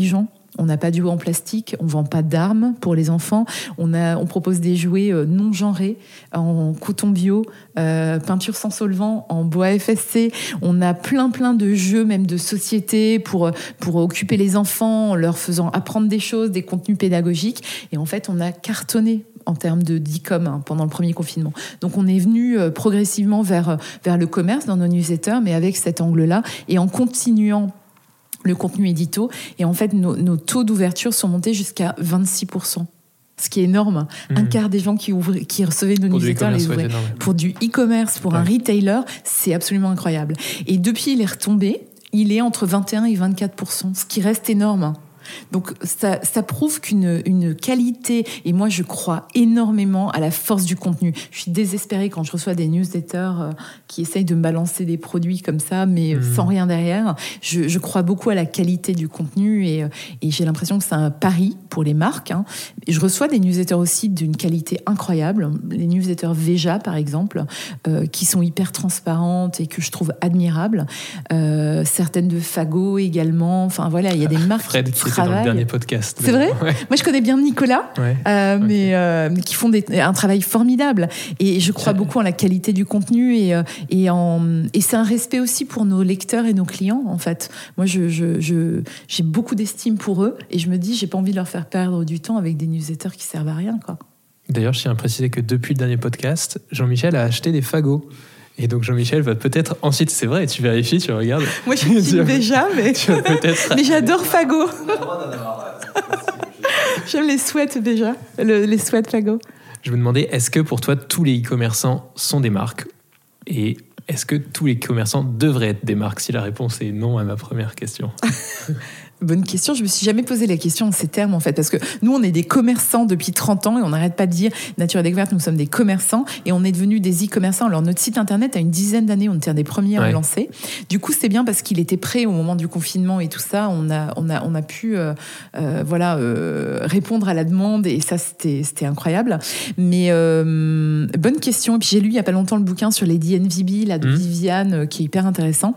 On n'a pas de jouets en plastique, on ne vend pas d'armes pour les enfants. On, a, on propose des jouets non genrés, en coton bio, euh, peinture sans solvant, en bois F S C. On a plein, plein de jeux, même de société, pour, pour occuper les enfants, en leur faisant apprendre des choses, des contenus pédagogiques. Et en fait, on a cartonné en termes de d'e-com hein, pendant le premier confinement. Donc, on est venu euh, progressivement vers, vers le commerce dans nos newsletters, mais avec cet angle-là, et en continuant le contenu édito. Et en fait, nos, nos taux d'ouverture sont montés jusqu'à vingt-six pour cent. Ce qui est énorme. Mmh. Un quart des gens qui, ouvraient, qui recevaient nos newsletters les ouvraient. Pour du e-commerce, pour ouais. un retailer, c'est absolument incroyable. Et depuis, il est retombé. Il est entre vingt et un et vingt-quatre pour cent, ce qui reste énorme. Donc ça, ça prouve qu'une une qualité, et moi je crois énormément à la force du contenu. Je suis désespérée quand je reçois des newsletters euh, qui essayent de me balancer des produits comme ça, mais mmh. sans rien derrière. Je, je crois beaucoup à la qualité du contenu et, et j'ai l'impression que c'est un pari pour les marques. Hein. Je reçois des newsletters aussi d'une qualité incroyable, les newsletters Veja par exemple, euh, qui sont hyper transparentes et que je trouve admirables. Euh, certaines de Fago également. Enfin voilà, il y a des marques Fred, qui dans le dernier podcast. C'est vrai ouais. Moi, je connais bien Nicolas, ouais. euh, okay. mais euh, qui font des, un travail formidable. Et je crois c'est... beaucoup en la qualité du contenu et, et, en, et c'est un respect aussi pour nos lecteurs et nos clients, en fait. Moi, je, je, je, j'ai beaucoup d'estime pour eux et je me dis, j'ai pas envie de leur faire perdre du temps avec des newsletters qui servent à rien, quoi. D'ailleurs, je tiens à préciser que depuis le dernier podcast, Jean-Michel a acheté des fagots. Et donc Jean-Michel va peut-être ensuite, c'est vrai, tu vérifies, tu regardes. Moi je suis team Veja, mais, mais j'adore Fago. J'aime les sweats Veja, le, les sweats Fago. Je me demandais, est-ce que pour toi tous les e-commerçants sont des marques ? Et est-ce que tous les e-commerçants devraient être des marques ? Si la réponse est non à ma première question. Bonne question, je me suis jamais posé la question en ces termes en fait, parce que nous on est des commerçants depuis trente ans et on n'arrête pas de dire Nature et Découverte, nous sommes des commerçants et on est devenus des e-commerçants. Alors notre site internet a une dizaine d'années, on était un des premiers à ouais. le lancer. Du coup c'est bien parce qu'il était prêt au moment du confinement et tout ça, on a, on a, on a pu euh, euh, voilà, euh, répondre à la demande et ça c'était, c'était incroyable. Mais euh, bonne question, et puis j'ai lu il y a pas longtemps le bouquin sur Lady N V B là, de mmh. Viviane qui est hyper intéressant.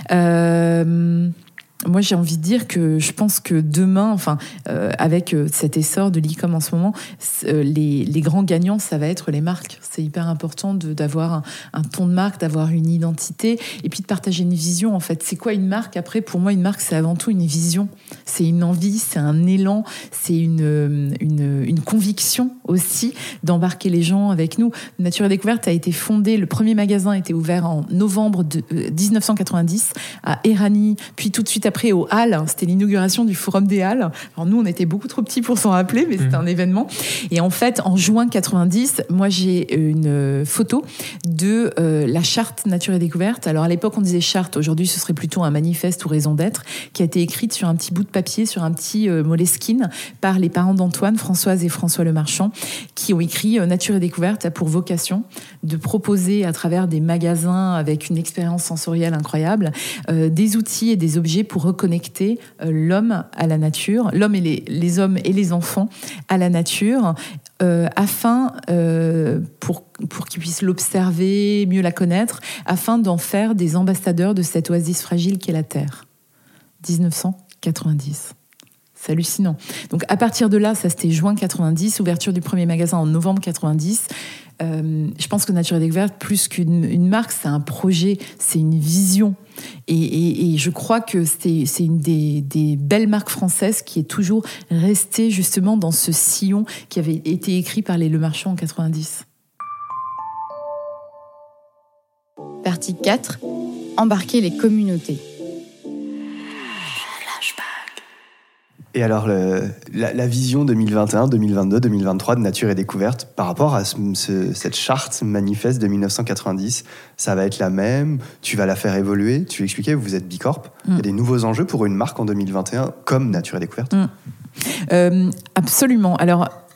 Euh... Moi, j'ai envie de dire que je pense que demain, enfin, euh, avec euh, cet essor de l'e-com en ce moment, euh, les, les grands gagnants, ça va être les marques. C'est hyper important de, d'avoir un, un ton de marque, d'avoir une identité et puis de partager une vision. En fait, c'est quoi une marque ? Après, pour moi, une marque, c'est avant tout une vision. C'est une envie, c'est un élan, c'est une, une, une conviction aussi d'embarquer les gens avec nous. Nature et Découverte a été fondée, le premier magasin a été ouvert en novembre de, euh, dix-neuf cent quatre-vingt-dix à Éragny, puis tout de suite après aux Halles, c'était l'inauguration du Forum des Halles. Alors nous, on était beaucoup trop petits pour s'en rappeler, mais c'était mmh. un événement. Et en fait, en juin quatre-vingt-dix, moi, j'ai une photo de euh, la charte Nature et Découverte. Alors à l'époque, on disait charte. Aujourd'hui, ce serait plutôt un manifeste ou raison d'être, qui a été écrite sur un petit bout de papier, sur un petit euh, Moleskine, par les parents d'Antoine, Françoise et François Lemarchand, qui ont écrit euh, Nature et Découverte a pour vocation de proposer à travers des magasins avec une expérience sensorielle incroyable, euh, des outils et des objets pour reconnecter euh, l'homme à la nature, l'homme et les, les hommes et les enfants à la nature, euh, afin, euh, pour, pour qu'ils puissent l'observer, mieux la connaître, afin d'en faire des ambassadeurs de cette oasis fragile qu'est la Terre. dix-neuf cent quatre-vingt-dix. C'est hallucinant. Donc à partir de là, ça c'était juin quatre-vingt-dix, ouverture du premier magasin en novembre quatre-vingt-dix. Euh, je pense que Nature et Découverte, plus qu'une une marque, c'est un projet, c'est une vision. Et, et, et je crois que c'est, c'est une des, des belles marques françaises qui est toujours restée justement dans ce sillon qui avait été écrit par les Lemarchand en quatre-vingt-dix. Partie quatre. Embarquer les communautés. Et alors, le, la, la vision deux mille vingt et un, deux mille vingt-deux, deux mille vingt-trois de Nature et Découverte, par rapport à ce, ce, cette charte manifeste de mille neuf cent quatre-vingt-dix, ça va être la même, tu vas la faire évoluer, tu expliquais, vous êtes Bicorp, mm. il y a des nouveaux enjeux pour une marque en deux mille vingt et un, comme Nature et Découverte. Mm. Euh, absolument. Alors,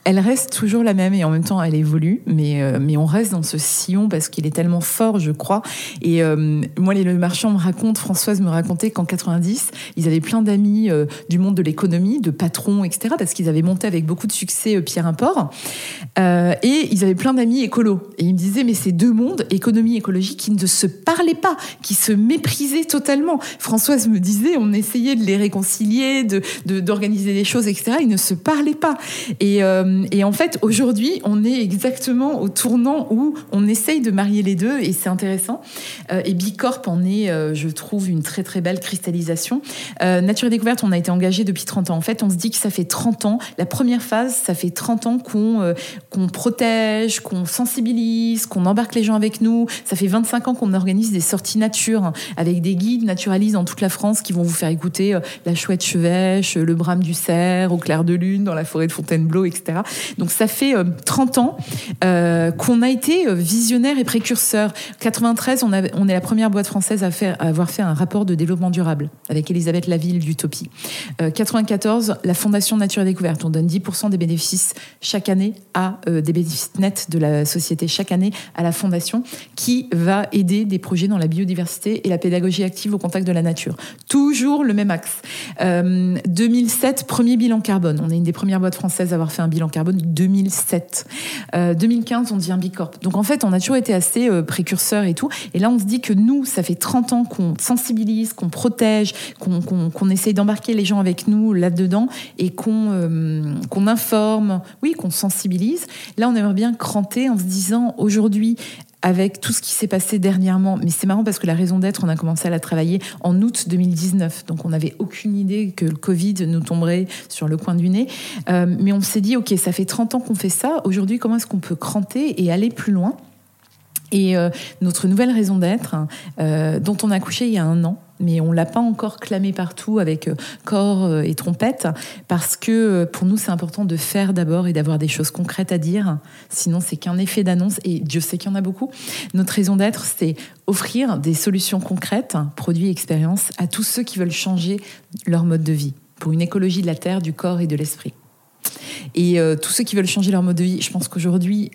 elle reste toujours la même et en même temps elle évolue, mais, euh, mais on reste dans ce sillon parce qu'il est tellement fort, je crois. Et euh, moi, les Le Marchand me raconte, Françoise me racontait qu'en quatre-vingt-dix, ils avaient plein d'amis euh, du monde de l'économie, de patrons, et cetera, parce qu'ils avaient monté avec beaucoup de succès euh, Pierre Import. Euh, et ils avaient plein d'amis écolos. Et ils me disaient, mais ces deux mondes, économie et écologie, qui ne se parlaient pas, qui se méprisaient totalement. Françoise me disait, on essayait de les réconcilier, de, de, d'organiser des choses, et cetera. Ils ne se parlaient pas. Et, euh, et en fait, aujourd'hui, on est exactement au tournant où on essaye de marier les deux, et c'est intéressant. Euh, et Bicorp en est, euh, je trouve, une très très belle cristallisation. Euh, Nature et Découverte, on a été engagé depuis trente ans. En fait, on se dit que ça fait trente ans. La première phase, ça fait trente ans qu'on, euh, qu'on protège, qu'on sensibilise, qu'on embarque les gens avec nous. Ça fait vingt-cinq ans qu'on organise des sorties nature avec des guides naturalistes dans toute la France qui vont vous faire écouter euh, la chouette chevêche, le brame du cerf, au clair de lune, dans la forêt de Fontainebleau, et cetera. Donc ça fait euh, trente ans euh, qu'on a été visionnaire et précurseur. En quatre-vingt-treize, on, avait, on est la première boîte française à, faire, à avoir fait un rapport de développement durable avec Elisabeth Laville d'Utopie. Euh, quatre-vingt-quatorze, la Fondation Nature et Découverte. On donne dix pour cent des bénéfices chaque année à euh, des bénéfices nets de la société chaque année à la Fondation qui va aider des projets dans la biodiversité et la pédagogie active au contact de la nature. Toujours le même axe. Euh, deux mille sept, premier bilan carbone. On est une des premières boîtes françaises à avoir fait un bilan carbone. deux mille sept. Euh, deux mille quinze, on devient Bicorp. Donc en fait, on a toujours été assez euh, précurseurs et tout. Et là, on se dit que nous, ça fait trente ans qu'on sensibilise, qu'on protège, qu'on, qu'on, qu'on essaye d'embarquer les gens avec nous là-dedans et qu'on, euh, qu'on informe, oui, qu'on sensibilise. Là, on aimerait bien cranter en se disant aujourd'hui, avec tout ce qui s'est passé dernièrement, mais c'est marrant parce que la raison d'être, on a commencé à la travailler en août deux mille dix-neuf, donc on n'avait aucune idée que le Covid nous tomberait sur le coin du nez, euh, mais on s'est dit, ok, ça fait trente ans qu'on fait ça, aujourd'hui, comment est-ce qu'on peut cranter et aller plus loin ? Et euh, notre nouvelle raison d'être, euh, dont on a accouché il y a un an, mais on ne l'a pas encore clamé partout avec euh, corps euh, et trompette, parce que euh, pour nous, c'est important de faire d'abord et d'avoir des choses concrètes à dire. Sinon, c'est qu'un effet d'annonce, et Dieu sait qu'il y en a beaucoup. Notre raison d'être, c'est offrir des solutions concrètes, produits et expériences, à tous ceux qui veulent changer leur mode de vie, pour une écologie de la terre, du corps et de l'esprit. Et euh, tous ceux qui veulent changer leur mode de vie, je pense qu'aujourd'hui,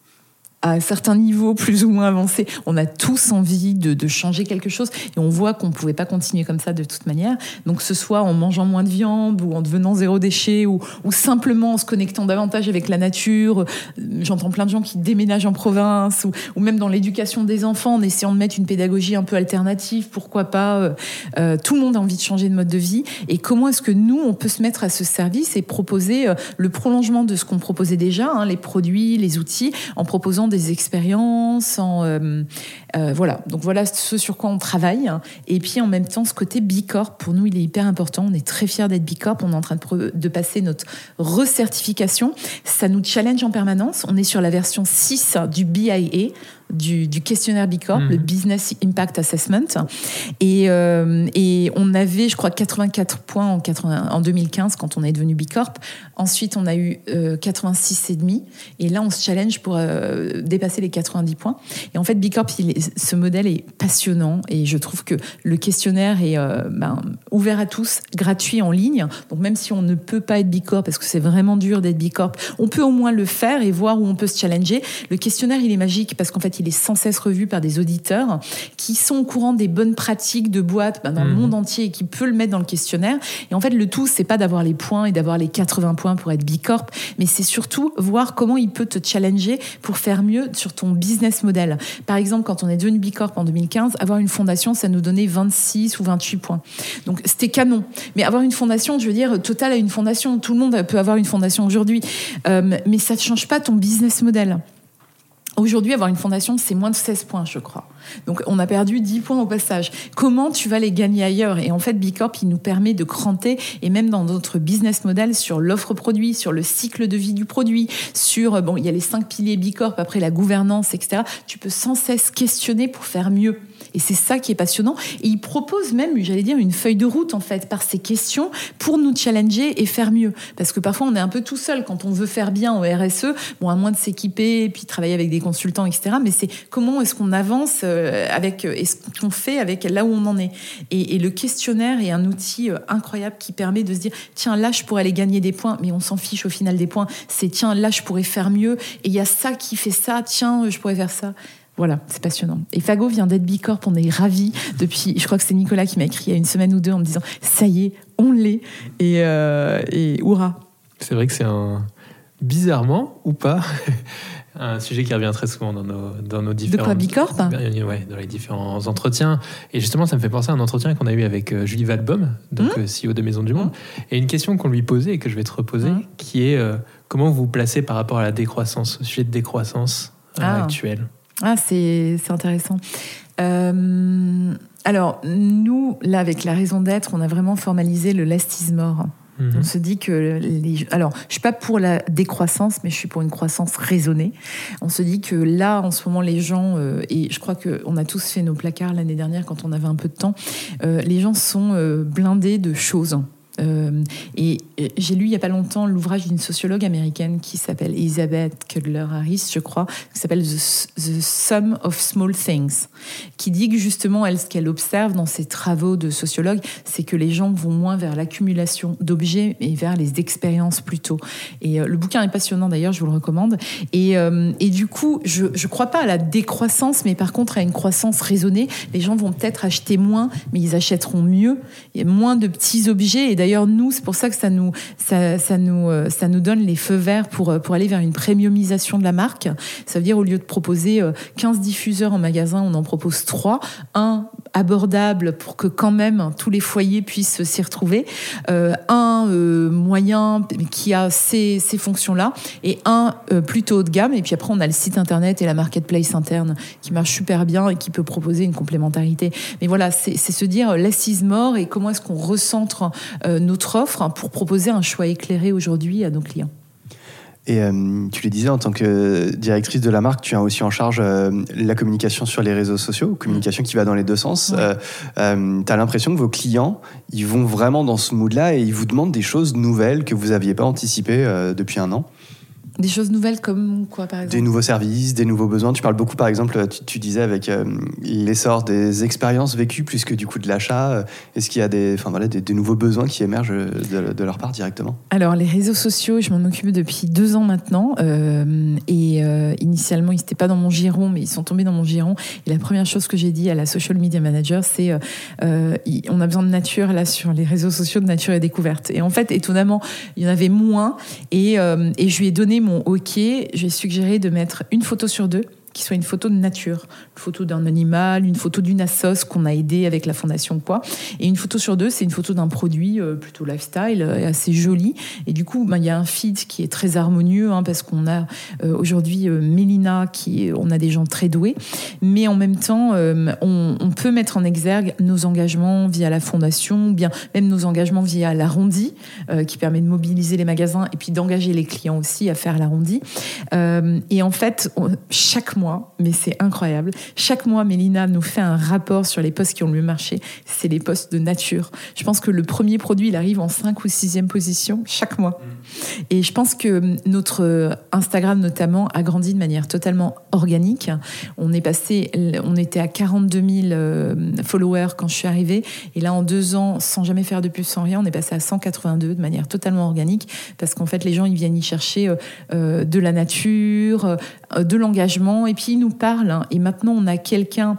à un certain niveau plus ou moins avancé, on a tous envie de, de changer quelque chose et on voit qu'on ne pouvait pas continuer comme ça de toute manière. Donc que ce soit en mangeant moins de viande ou en devenant zéro déchet ou, ou simplement en se connectant davantage avec la nature. J'entends plein de gens qui déménagent en province ou, ou même dans l'éducation des enfants en essayant de mettre une pédagogie un peu alternative. Pourquoi pas euh, tout le monde a envie de changer de mode de vie. Et comment est-ce que nous, on peut se mettre à ce service et proposer euh, le prolongement de ce qu'on proposait déjà, hein, les produits, les outils, en proposant des expériences, en, euh, euh, voilà. Donc voilà ce sur quoi on travaille. Et puis en même temps, ce côté Bicorp, pour nous, il est hyper important. On est très fiers d'être Bicorp. On est en train de, de passer notre recertification. Ça nous challenge en permanence. On est sur la version six du B I A. Du, du questionnaire Bicorp, mmh. le Business Impact Assessment. Et, euh, et on avait, je crois, quatre-vingt-quatre points en, quatre-vingts, en deux mille quinze quand on est devenu Bicorp. Ensuite, on a eu euh, quatre-vingt-six virgule cinq. Et là, on se challenge pour euh, dépasser les quatre-vingt-dix points. Et en fait, Bicorp, il est, ce modèle est passionnant. Et je trouve que le questionnaire est euh, ben, ouvert à tous, gratuit en ligne. Donc même si on ne peut pas être Bicorp, parce que c'est vraiment dur d'être Bicorp, on peut au moins le faire et voir où on peut se challenger. Le questionnaire, il est magique parce qu'en fait, il est sans cesse revu par des auditeurs qui sont au courant des bonnes pratiques de boîte ben, dans mmh. le monde entier et qui peuvent le mettre dans le questionnaire. Et en fait, le tout, c'est pas d'avoir les points et d'avoir les quatre-vingts points pour être Bicorp, mais c'est surtout voir comment il peut te challenger pour faire mieux sur ton business model. Par exemple, quand on est devenu Bicorp en deux mille quinze, avoir une fondation, ça nous donnait vingt-six ou vingt-huit points. Donc, c'était canon. Mais avoir une fondation, je veux dire, Total a une fondation. Tout le monde peut avoir une fondation aujourd'hui. Euh, mais ça ne change pas ton business model. Aujourd'hui, avoir une fondation, c'est moins de seize points, je crois. Donc, on a perdu dix points au passage. Comment tu vas les gagner ailleurs ? Et en fait, Bicorp, il nous permet de cranter, et même dans notre business model, sur l'offre produit, sur le cycle de vie du produit, sur, bon, il y a les cinq piliers Bicorp, après la gouvernance, et cetera. Tu peux sans cesse questionner pour faire mieux. Et c'est ça qui est passionnant. Et il propose même, j'allais dire, une feuille de route, en fait, par ces questions, pour nous challenger et faire mieux. Parce que parfois, on est un peu tout seul quand on veut faire bien au R S E, bon, à moins de s'équiper et puis travailler avec des consultants, et cetera. Mais c'est comment est-ce qu'on avance euh, avec et ce qu'on fait avec là où on en est. Et, et le questionnaire est un outil euh, incroyable qui permet de se dire tiens, là je pourrais aller gagner des points, mais on s'en fiche au final des points. C'est tiens, là je pourrais faire mieux, et il y a ça qui fait ça, tiens, je pourrais faire ça. Voilà, c'est passionnant. Et Fago vient d'être Bicorp, on est ravis depuis, je crois que c'est Nicolas qui m'a écrit il y a une semaine ou deux en me disant ça y est, on l'est, et, euh, et hurrah. C'est vrai que c'est un, bizarrement ou pas, un sujet qui revient très souvent dans nos, dans nos différents... De quoi, Bicorp ? Ouais, dans les différents entretiens. Et justement, ça me fait penser à un entretien qu'on a eu avec euh, Julie Valbom, donc mmh. C E O de Maison du Monde. Mmh. Et une question qu'on lui posait et que je vais te reposer, mmh. qui est euh, comment vous vous placez par rapport à la décroissance, au sujet de décroissance euh, ah. actuelle. Ah, c'est, c'est intéressant. Euh, alors, nous, là, avec la raison d'être, on a vraiment formalisé le less is more. Mmh. On se dit que les... Alors, je suis pas pour la décroissance, mais je suis pour une croissance raisonnée. On se dit que là, en ce moment, les gens, euh, et je crois qu'on a tous fait nos placards l'année dernière quand on avait un peu de temps, euh, les gens sont euh, blindés de choses. Euh, et, et j'ai lu il n'y a pas longtemps l'ouvrage d'une sociologue américaine qui s'appelle Elizabeth Kubler-Harris, je crois, qui s'appelle The, The Sum of Small Things, qui dit que justement, elle, ce qu'elle observe dans ses travaux de sociologue, c'est que les gens vont moins vers l'accumulation d'objets et vers les expériences plutôt. Et euh, le bouquin est passionnant d'ailleurs, je vous le recommande. Et, euh, et du coup, je ne crois pas à la décroissance, mais par contre à une croissance raisonnée. Les gens vont peut-être acheter moins, mais ils achèteront mieux. Il y a moins de petits objets. Et d'ailleurs, nous, c'est pour ça que ça nous, ça, ça nous, ça nous donne les feux verts pour, pour aller vers une premiumisation de la marque. Ça veut dire, au lieu de proposer quinze diffuseurs en magasin, on en propose trois. Un abordable pour que quand même tous les foyers puissent s'y retrouver. Euh, un euh, moyen qui a ces, ces fonctions-là et un euh, plutôt haut de gamme. Et puis après, on a le site internet et la marketplace interne qui marche super bien et qui peut proposer une complémentarité. Mais voilà, c'est, c'est se dire less is more et comment est-ce qu'on recentre euh, notre offre pour proposer un choix éclairé aujourd'hui à nos clients. Et euh, tu le disais, en tant que directrice de la marque, tu as aussi en charge euh, la communication sur les réseaux sociaux, communication qui va dans les deux sens. Ouais. Euh, euh, tu as l'impression que vos clients, ils vont vraiment dans ce mood-là et ils vous demandent des choses nouvelles que vous n'aviez pas anticipées euh, depuis un an? Des choses nouvelles comme quoi, par exemple ? Des nouveaux services, des nouveaux besoins. Tu parles beaucoup, par exemple, tu, tu disais avec euh, l'essor des expériences vécues plus que du coup de l'achat. Euh, est-ce qu'il y a des, enfin, voilà, des, des nouveaux besoins qui émergent de, de leur part directement ? Alors, les réseaux sociaux, je m'en occupe depuis deux ans maintenant. Euh, et euh, initialement, ils n'étaient pas dans mon giron, mais ils sont tombés dans mon giron. Et la première chose que j'ai dit à la social media manager, c'est euh, euh, on a besoin de nature là sur les réseaux sociaux, de nature et découverte. Et en fait, étonnamment, il y en avait moins. Et, euh, et je lui ai donné mon OK, j'ai suggéré de mettre une photo sur deux qui soit une photo de nature, une photo d'un animal, une photo d'une assoce qu'on a aidé avec la fondation quoi. Et une photo sur deux, c'est une photo d'un produit euh, plutôt lifestyle, euh, assez joli. Et du coup, ben, y a un feed qui est très harmonieux hein, parce qu'on a euh, aujourd'hui euh, Mélina, qui, on a des gens très doués, mais en même temps, euh, on, on peut mettre en exergue nos engagements via la fondation, bien même nos engagements via l'arrondi, euh, qui permet de mobiliser les magasins et puis d'engager les clients aussi à faire l'arrondi. Euh, et en fait, on, chaque mois, mais c'est incroyable. Chaque mois, Mélina nous fait un rapport sur les posts qui ont le mieux marché. C'est les posts de nature. Je pense que le premier produit, il arrive en cinq ou sixième position chaque mois. Et je pense que notre Instagram, notamment, a grandi de manière totalement organique. On est passé, on était à quarante-deux mille followers quand je suis arrivée. Et là, en deux ans, sans jamais faire de pub, sans rien, on est passé à cent quatre-vingt-deux de manière totalement organique. Parce qu'en fait, les gens, ils viennent y chercher euh, de la nature, euh, de l'engagement. Et puis, ils nous parlent. Hein. Et maintenant, on a quelqu'un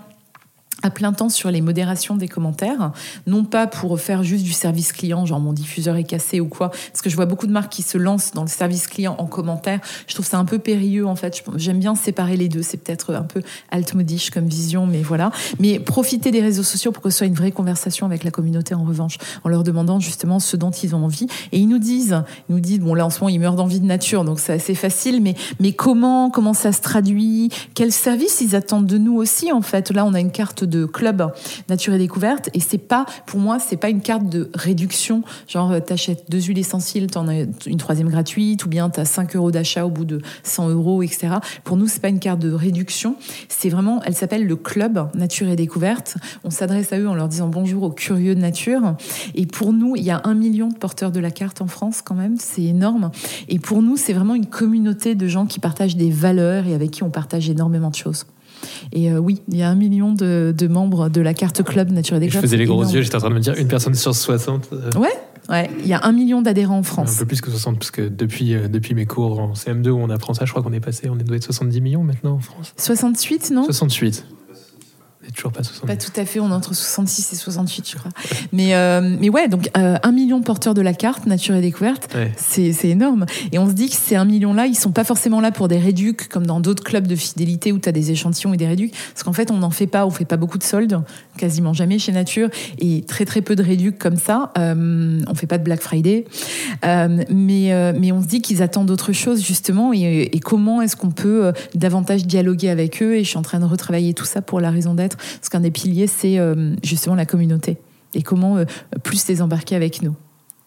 à plein temps sur les modérations des commentaires, non pas pour faire juste du service client, genre mon diffuseur est cassé ou quoi, parce que je vois beaucoup de marques qui se lancent dans le service client en commentaire. Je trouve ça un peu périlleux en fait. J'aime bien séparer les deux. C'est peut-être un peu altmodiche comme vision, mais voilà. Mais profiter des réseaux sociaux pour que ce soit une vraie conversation avec la communauté en revanche, en leur demandant justement ce dont ils ont envie. Et ils nous disent, ils nous disent, bon là en ce moment ils meurent d'envie de nature, donc c'est assez facile, mais mais comment comment ça se traduit, quels services ils attendent de nous aussi en fait. Là on a une carte de club nature et découverte et c'est pas, pour moi c'est pas une carte de réduction, genre t'achètes deux huiles essentielles, t'en as une troisième gratuite, ou bien t'as cinq euros d'achat au bout de cent euros, et cetera. Pour nous c'est pas une carte de réduction, c'est vraiment, elle s'appelle le club nature et découverte. On s'adresse à eux en leur disant bonjour aux curieux de nature, et pour nous il y a un million de porteurs de la carte en France quand même, c'est énorme, et pour nous c'est vraiment une communauté de gens qui partagent des valeurs et avec qui on partage énormément de choses. Et euh, oui, il y a un million de, de membres de la carte club Nature et Découverte. Je faisais les gros énorme. yeux, j'étais en train de me dire une personne sur soixante. Euh... Ouais, ouais, il y a un million d'adhérents en France. Un peu plus que soixante, parce que depuis, euh, depuis mes cours en C M deux où on apprend ça, je crois qu'on est passé, on doit être soixante-dix millions maintenant en France. soixante-huit, non ? soixante-huit. On n'est toujours pas soixante-dix. Pas tout à fait, on est entre soixante-six et soixante-huit, je crois. Mais, euh, mais ouais, donc euh, un million de porteurs de la carte Nature et Découverte, Ouais. c'est, c'est énorme. Et on se dit que ces un million-là, ils sont pas forcément là pour des réducs, comme dans d'autres clubs de fidélité où tu as des échantillons et des réducs. Parce qu'en fait, on n'en fait pas, on fait pas beaucoup de soldes, quasiment jamais chez Nature, et très très peu de réducs comme ça. Euh, on fait pas de Black Friday. Euh, mais, euh, mais on se dit qu'ils attendent autre chose, justement, et, et comment est-ce qu'on peut euh, davantage dialoguer avec eux. Et je suis en train de retravailler tout ça pour la raison d'être. Parce qu'un des piliers, c'est euh, justement la communauté. Et comment euh, plus les embarquer avec nous.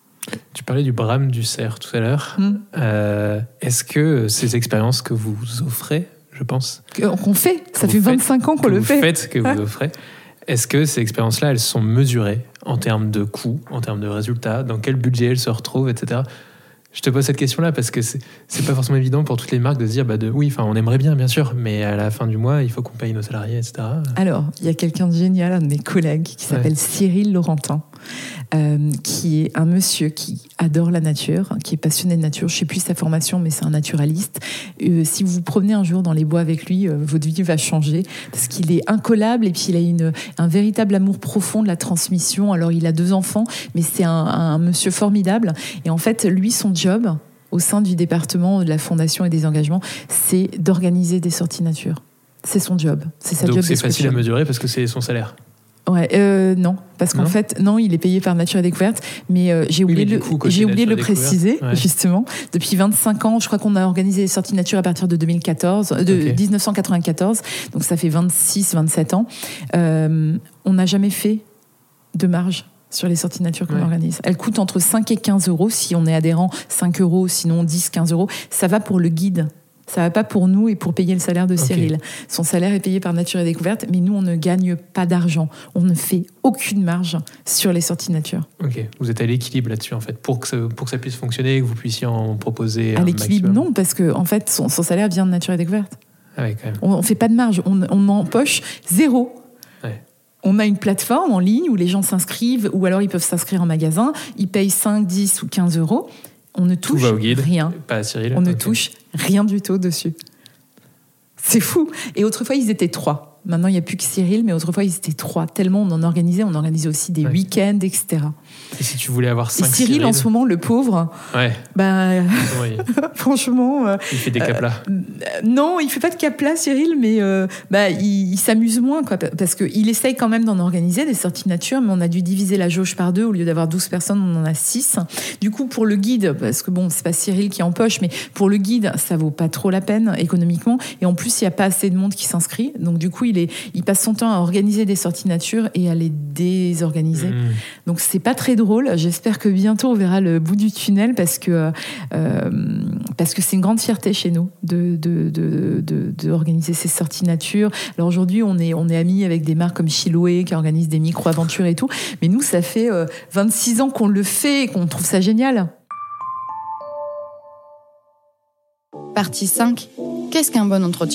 Tu parlais du brame du cerf tout à l'heure. Mm. Euh, est-ce que ces expériences que vous offrez, je pense... Qu'on fait, ça vous fait faites, vingt-cinq ans qu'on que le vous fait. faites, que vous offrez, est-ce que ces expériences-là, elles sont mesurées en termes de coûts, en termes de résultats, dans quel budget elles se retrouvent, et cetera. Je te pose cette question-là parce que c'est, c'est pas forcément évident pour toutes les marques de se dire bah de, oui, enfin, on aimerait bien, bien sûr, mais à la fin du mois, il faut qu'on paye nos salariés, et cetera. Alors, il y a quelqu'un de génial, un de mes collègues, qui s'appelle Ouais. Cyril Laurentin, euh, qui est un monsieur qui adore la nature, qui est passionné de nature. Je ne sais plus sa formation, mais c'est un naturaliste. Euh, si vous vous promenez un jour dans les bois avec lui, euh, votre vie va changer parce qu'il est incollable et puis il a une, un véritable amour profond de la transmission. Alors, il a deux enfants, mais c'est un, un monsieur formidable. Et en fait, lui, son job, au sein du département de la Fondation et des engagements, c'est d'organiser des sorties nature. C'est son job. C'est sa Donc job c'est facile à description. mesurer parce que c'est son salaire. Ouais, euh, non, parce qu'en Non fait, non, il est payé par Nature et Découverte, mais euh, j'ai Oui, oublié, mais du le, coup, côté j'ai oublié de le Nature et Découverte, préciser, ouais. justement. Depuis vingt-cinq ans, je crois qu'on a organisé les sorties nature à partir de deux mille quatorze, de Ok. dix-neuf cent quatre-vingt-quatorze, donc ça fait vingt-six, vingt-sept ans. Euh, on n'a jamais fait de marge sur les sorties nature qu'on Ouais. organise. Elles coûtent entre cinq et quinze euros, si on est adhérent, cinq euros, sinon dix, quinze euros. Ça va pour le guide. Ça va pas pour nous et pour payer le salaire de Ok. Cyril. Son salaire est payé par Nature et Découverte, mais nous, on ne gagne pas d'argent. On ne fait aucune marge sur les sorties nature. Ok, vous êtes à l'équilibre là-dessus en fait, pour que ça, pour que ça puisse fonctionner et que vous puissiez en proposer À un l'équilibre, maximum. non, parce que en fait, son, son salaire vient de Nature et Découverte. Ah ouais, quand même. On ne fait pas de marge. On, on empoche zéro. Ouais. On a une plateforme en ligne où les gens s'inscrivent, ou alors ils peuvent s'inscrire en magasin. Ils payent cinq, dix ou quinze euros. On ne Tout touche va au guide, rien. pas à Cyril. On ne Ok. touche rien du tout dessus. C'est fou. Et autrefois, ils étaient trois. Maintenant, il n'y a plus que Cyril, mais autrefois, ils étaient trois. Tellement on en organisait. On organisait aussi des Ouais. week-ends, et cetera. Et si tu voulais avoir Et cinq Cyril, en ce moment, le pauvre, ouais, bah, ouais, franchement... euh, il fait des caplas. Euh, non, il fait pas de cap-là, Cyril, mais euh, bah, il, il s'amuse moins, quoi, parce qu'il essaye quand même d'en organiser des sorties nature, mais on a dû diviser la jauge par deux. Au lieu d'avoir douze personnes, on en a six. Du coup, pour le guide, parce que bon, c'est pas Cyril qui empoche, mais pour le guide, ça vaut pas trop la peine économiquement. Et en plus, il y a pas assez de monde qui s'inscrit. Donc du coup, il, est, il passe son temps à organiser des sorties nature et à les désorganiser. Mmh. Donc c'est pas très drôle. J'espère que bientôt on verra le bout du tunnel parce que euh, parce que c'est une grande fierté chez nous de de, de, de, de organiser ces sorties nature. Alors aujourd'hui on est on est amis avec des marques comme Chiloé qui organisent des micro-aventures et tout. Mais nous ça fait euh, vingt-six ans qu'on le fait et qu'on trouve ça génial. Partie cinq. Qu'est-ce qu'un bon entretien ?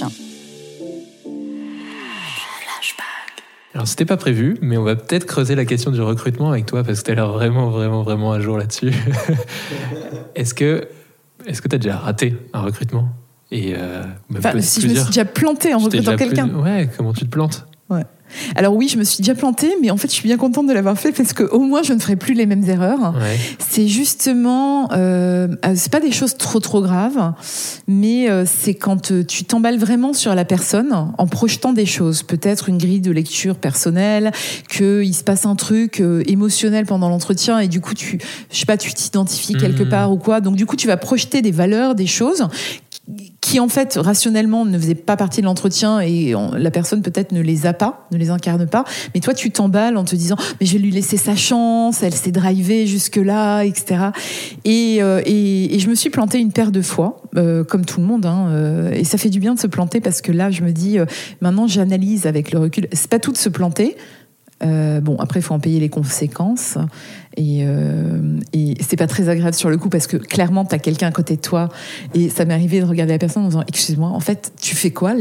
Alors c'était pas prévu, mais on va peut-être creuser la question du recrutement avec toi parce que tu as l'air vraiment, vraiment, vraiment à jour là-dessus. est-ce que est-ce que tu as déjà raté un recrutement et euh, même Enfin, si je me suis déjà plantée en tu t'es recrutant déjà quelqu'un. plus- Ouais, comment tu te plantes ? Alors oui, je me suis déjà plantée, mais en fait, je suis bien contente de l'avoir fait parce que au moins, je ne ferai plus les mêmes erreurs. Ouais. C'est justement, euh, c'est pas des choses trop trop graves, mais euh, c'est quand euh, tu t'emballes vraiment sur la personne en projetant des choses, peut-être une grille de lecture personnelle, qu'il se passe un truc euh, émotionnel pendant l'entretien et du coup, tu, je sais pas, tu t'identifies quelque Mhm. part ou quoi. Donc du coup, tu vas projeter des valeurs, des choses qui en fait rationnellement ne faisaient pas partie de l'entretien et on- la personne peut-être ne les a pas, ne les incarne pas, mais toi tu t'emballes en te disant mais je vais lui laisser sa chance, elle s'est drivée jusque là, et cetera. Et, euh, et, et je me suis plantée une paire de fois, euh, comme tout le monde, hein, euh, et ça fait du bien de se planter parce que là je me dis euh, maintenant j'analyse avec le recul, c'est pas tout de se planter. Euh, bon, après, il faut en payer les conséquences. Et, euh, et c'est pas très agréable sur le coup parce que clairement, tu as quelqu'un à côté de toi. Et ça m'est arrivé de regarder la personne en disant excuse-moi, en fait, tu fais quoi là ?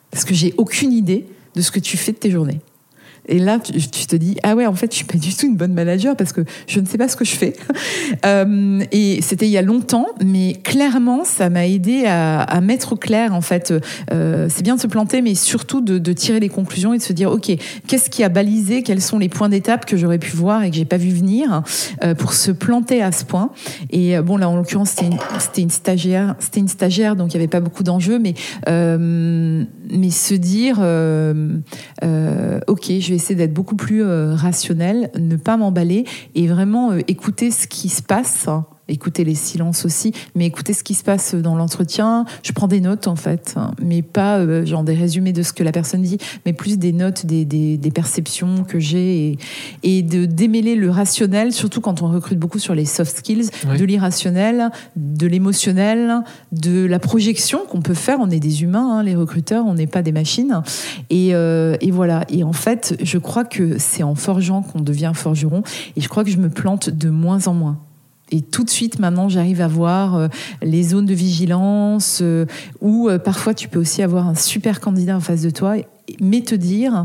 Parce que j'ai aucune idée de ce que tu fais de tes journées. Et là, tu, tu te dis, ah ouais, en fait, je suis pas du tout une bonne manager parce que je ne sais pas ce que je fais. euh, et c'était il y a longtemps, mais clairement, ça m'a aidé à, à mettre au clair, en fait. Euh, c'est bien de se planter, mais surtout de, de tirer les conclusions et de se dire, OK, qu'est-ce qui a balisé, quels sont les points d'étape que j'aurais pu voir et que j'ai pas vu venir euh, pour se planter à ce point. Et euh, bon, là, en l'occurrence, c'était une, c'était une stagiaire, c'était une stagiaire, donc il y avait pas beaucoup d'enjeux, mais, euh, mais se dire, euh, euh, OK, je vais essayer d'être beaucoup plus euh, rationnel, ne pas m'emballer et vraiment euh, écouter ce qui se passe, hein, écouter les silences aussi, mais écouter ce qui se passe dans l'entretien. Je prends des notes en fait, hein, mais pas euh, genre des résumés de ce que la personne dit, mais plus des notes, des, des, des perceptions que j'ai et, et de démêler le rationnel, surtout quand on recrute beaucoup sur les soft skills, oui. de l'irrationnel, de l'émotionnel, de la projection qu'on peut faire. On est des humains, hein, les recruteurs, on n'est pas des machines. Et, euh, et voilà. Et en fait, je crois que c'est en forgeant qu'on devient forgeron. Et je crois que je me plante de moins en moins. Et tout de suite, maintenant, j'arrive à voir euh, les zones de vigilance euh, où euh, parfois tu peux aussi avoir un super candidat en face de toi, mais te dire,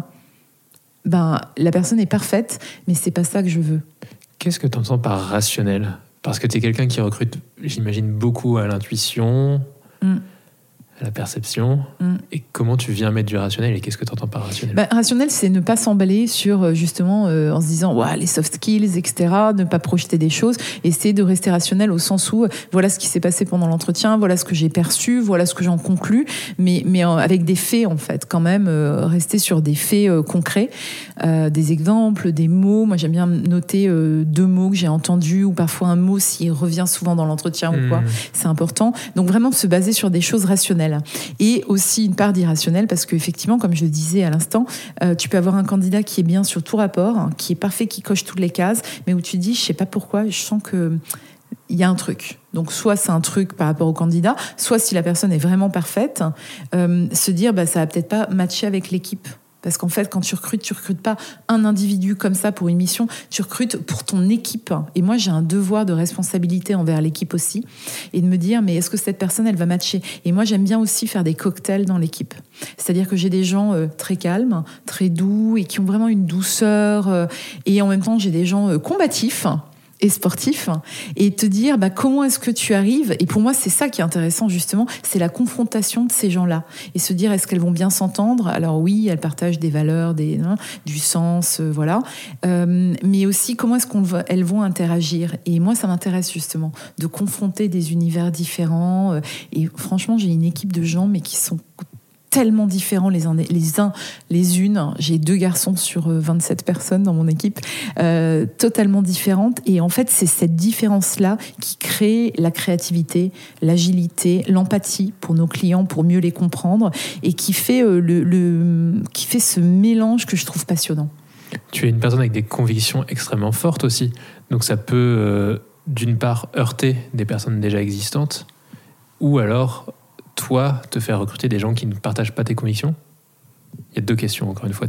ben, la personne est parfaite, mais c'est pas ça que je veux. Qu'est-ce que tu entends par rationnel ? Parce que tu es quelqu'un qui recrute, j'imagine, beaucoup à l'intuition, mm. à la perception. Mm. Et comment tu viens mettre du rationnel et qu'est-ce que tu entends par rationnel ? Ben, rationnel, c'est ne pas s'emballer sur, justement, euh, en se disant ouais, les soft skills, et cetera, ne pas projeter des choses, essayer de rester rationnel au sens où voilà ce qui s'est passé pendant l'entretien, voilà ce que j'ai perçu, voilà ce que j'en conclus, mais, mais euh, avec des faits, en fait, quand même, euh, rester sur des faits euh, concrets, euh, des exemples, des mots. Moi, j'aime bien noter euh, deux mots que j'ai entendus ou parfois un mot s'il revient souvent dans l'entretien mmh. ou quoi, c'est important. Donc, vraiment se baser sur des choses rationnelles. Et aussi une part d'irrationnel parce qu'effectivement, comme je le disais à l'instant, euh, tu peux avoir un candidat qui est bien sur tout rapport, hein, qui est parfait, qui coche toutes les cases, mais où tu dis, je sais pas pourquoi, je sens que il y a un truc. Donc soit c'est un truc par rapport au candidat, soit si la personne est vraiment parfaite, euh, se dire bah ça va peut-être pas matcher avec l'équipe. Parce qu'en fait, quand tu recrutes, tu recrutes pas un individu comme ça pour une mission, tu recrutes pour ton équipe. Et moi, j'ai un devoir de responsabilité envers l'équipe aussi, et de me dire, mais est-ce que cette personne, elle va matcher ? Et moi, j'aime bien aussi faire des cocktails dans l'équipe. C'est-à-dire que j'ai des gens euh, très calmes, très doux, et qui ont vraiment une douceur. Euh, et en même temps, j'ai des gens euh, combatifs, et sportif, et te dire bah, comment est-ce que tu arrives, et pour moi c'est ça qui est intéressant justement, c'est la confrontation de ces gens-là, et se dire est-ce qu'elles vont bien s'entendre, alors oui, elles partagent des valeurs, des, hein, du sens, euh, voilà, euh, mais aussi comment est-ce qu'elles vont interagir, et moi ça m'intéresse justement, de confronter des univers différents, euh, et franchement j'ai une équipe de gens mais qui sont tellement différents les uns les uns les unes. J'ai deux garçons sur vingt-sept personnes dans mon équipe, euh, totalement différentes. Et en fait, c'est cette différence-là qui crée la créativité, l'agilité, l'empathie pour nos clients, pour mieux les comprendre, et qui fait euh, le, le qui fait ce mélange que je trouve passionnant. Tu es une personne avec des convictions extrêmement fortes aussi. Donc ça peut, euh, d'une part, heurter des personnes déjà existantes, ou alors toi, te faire recruter des gens qui ne partagent pas tes convictions ? Il y a deux questions, encore une fois.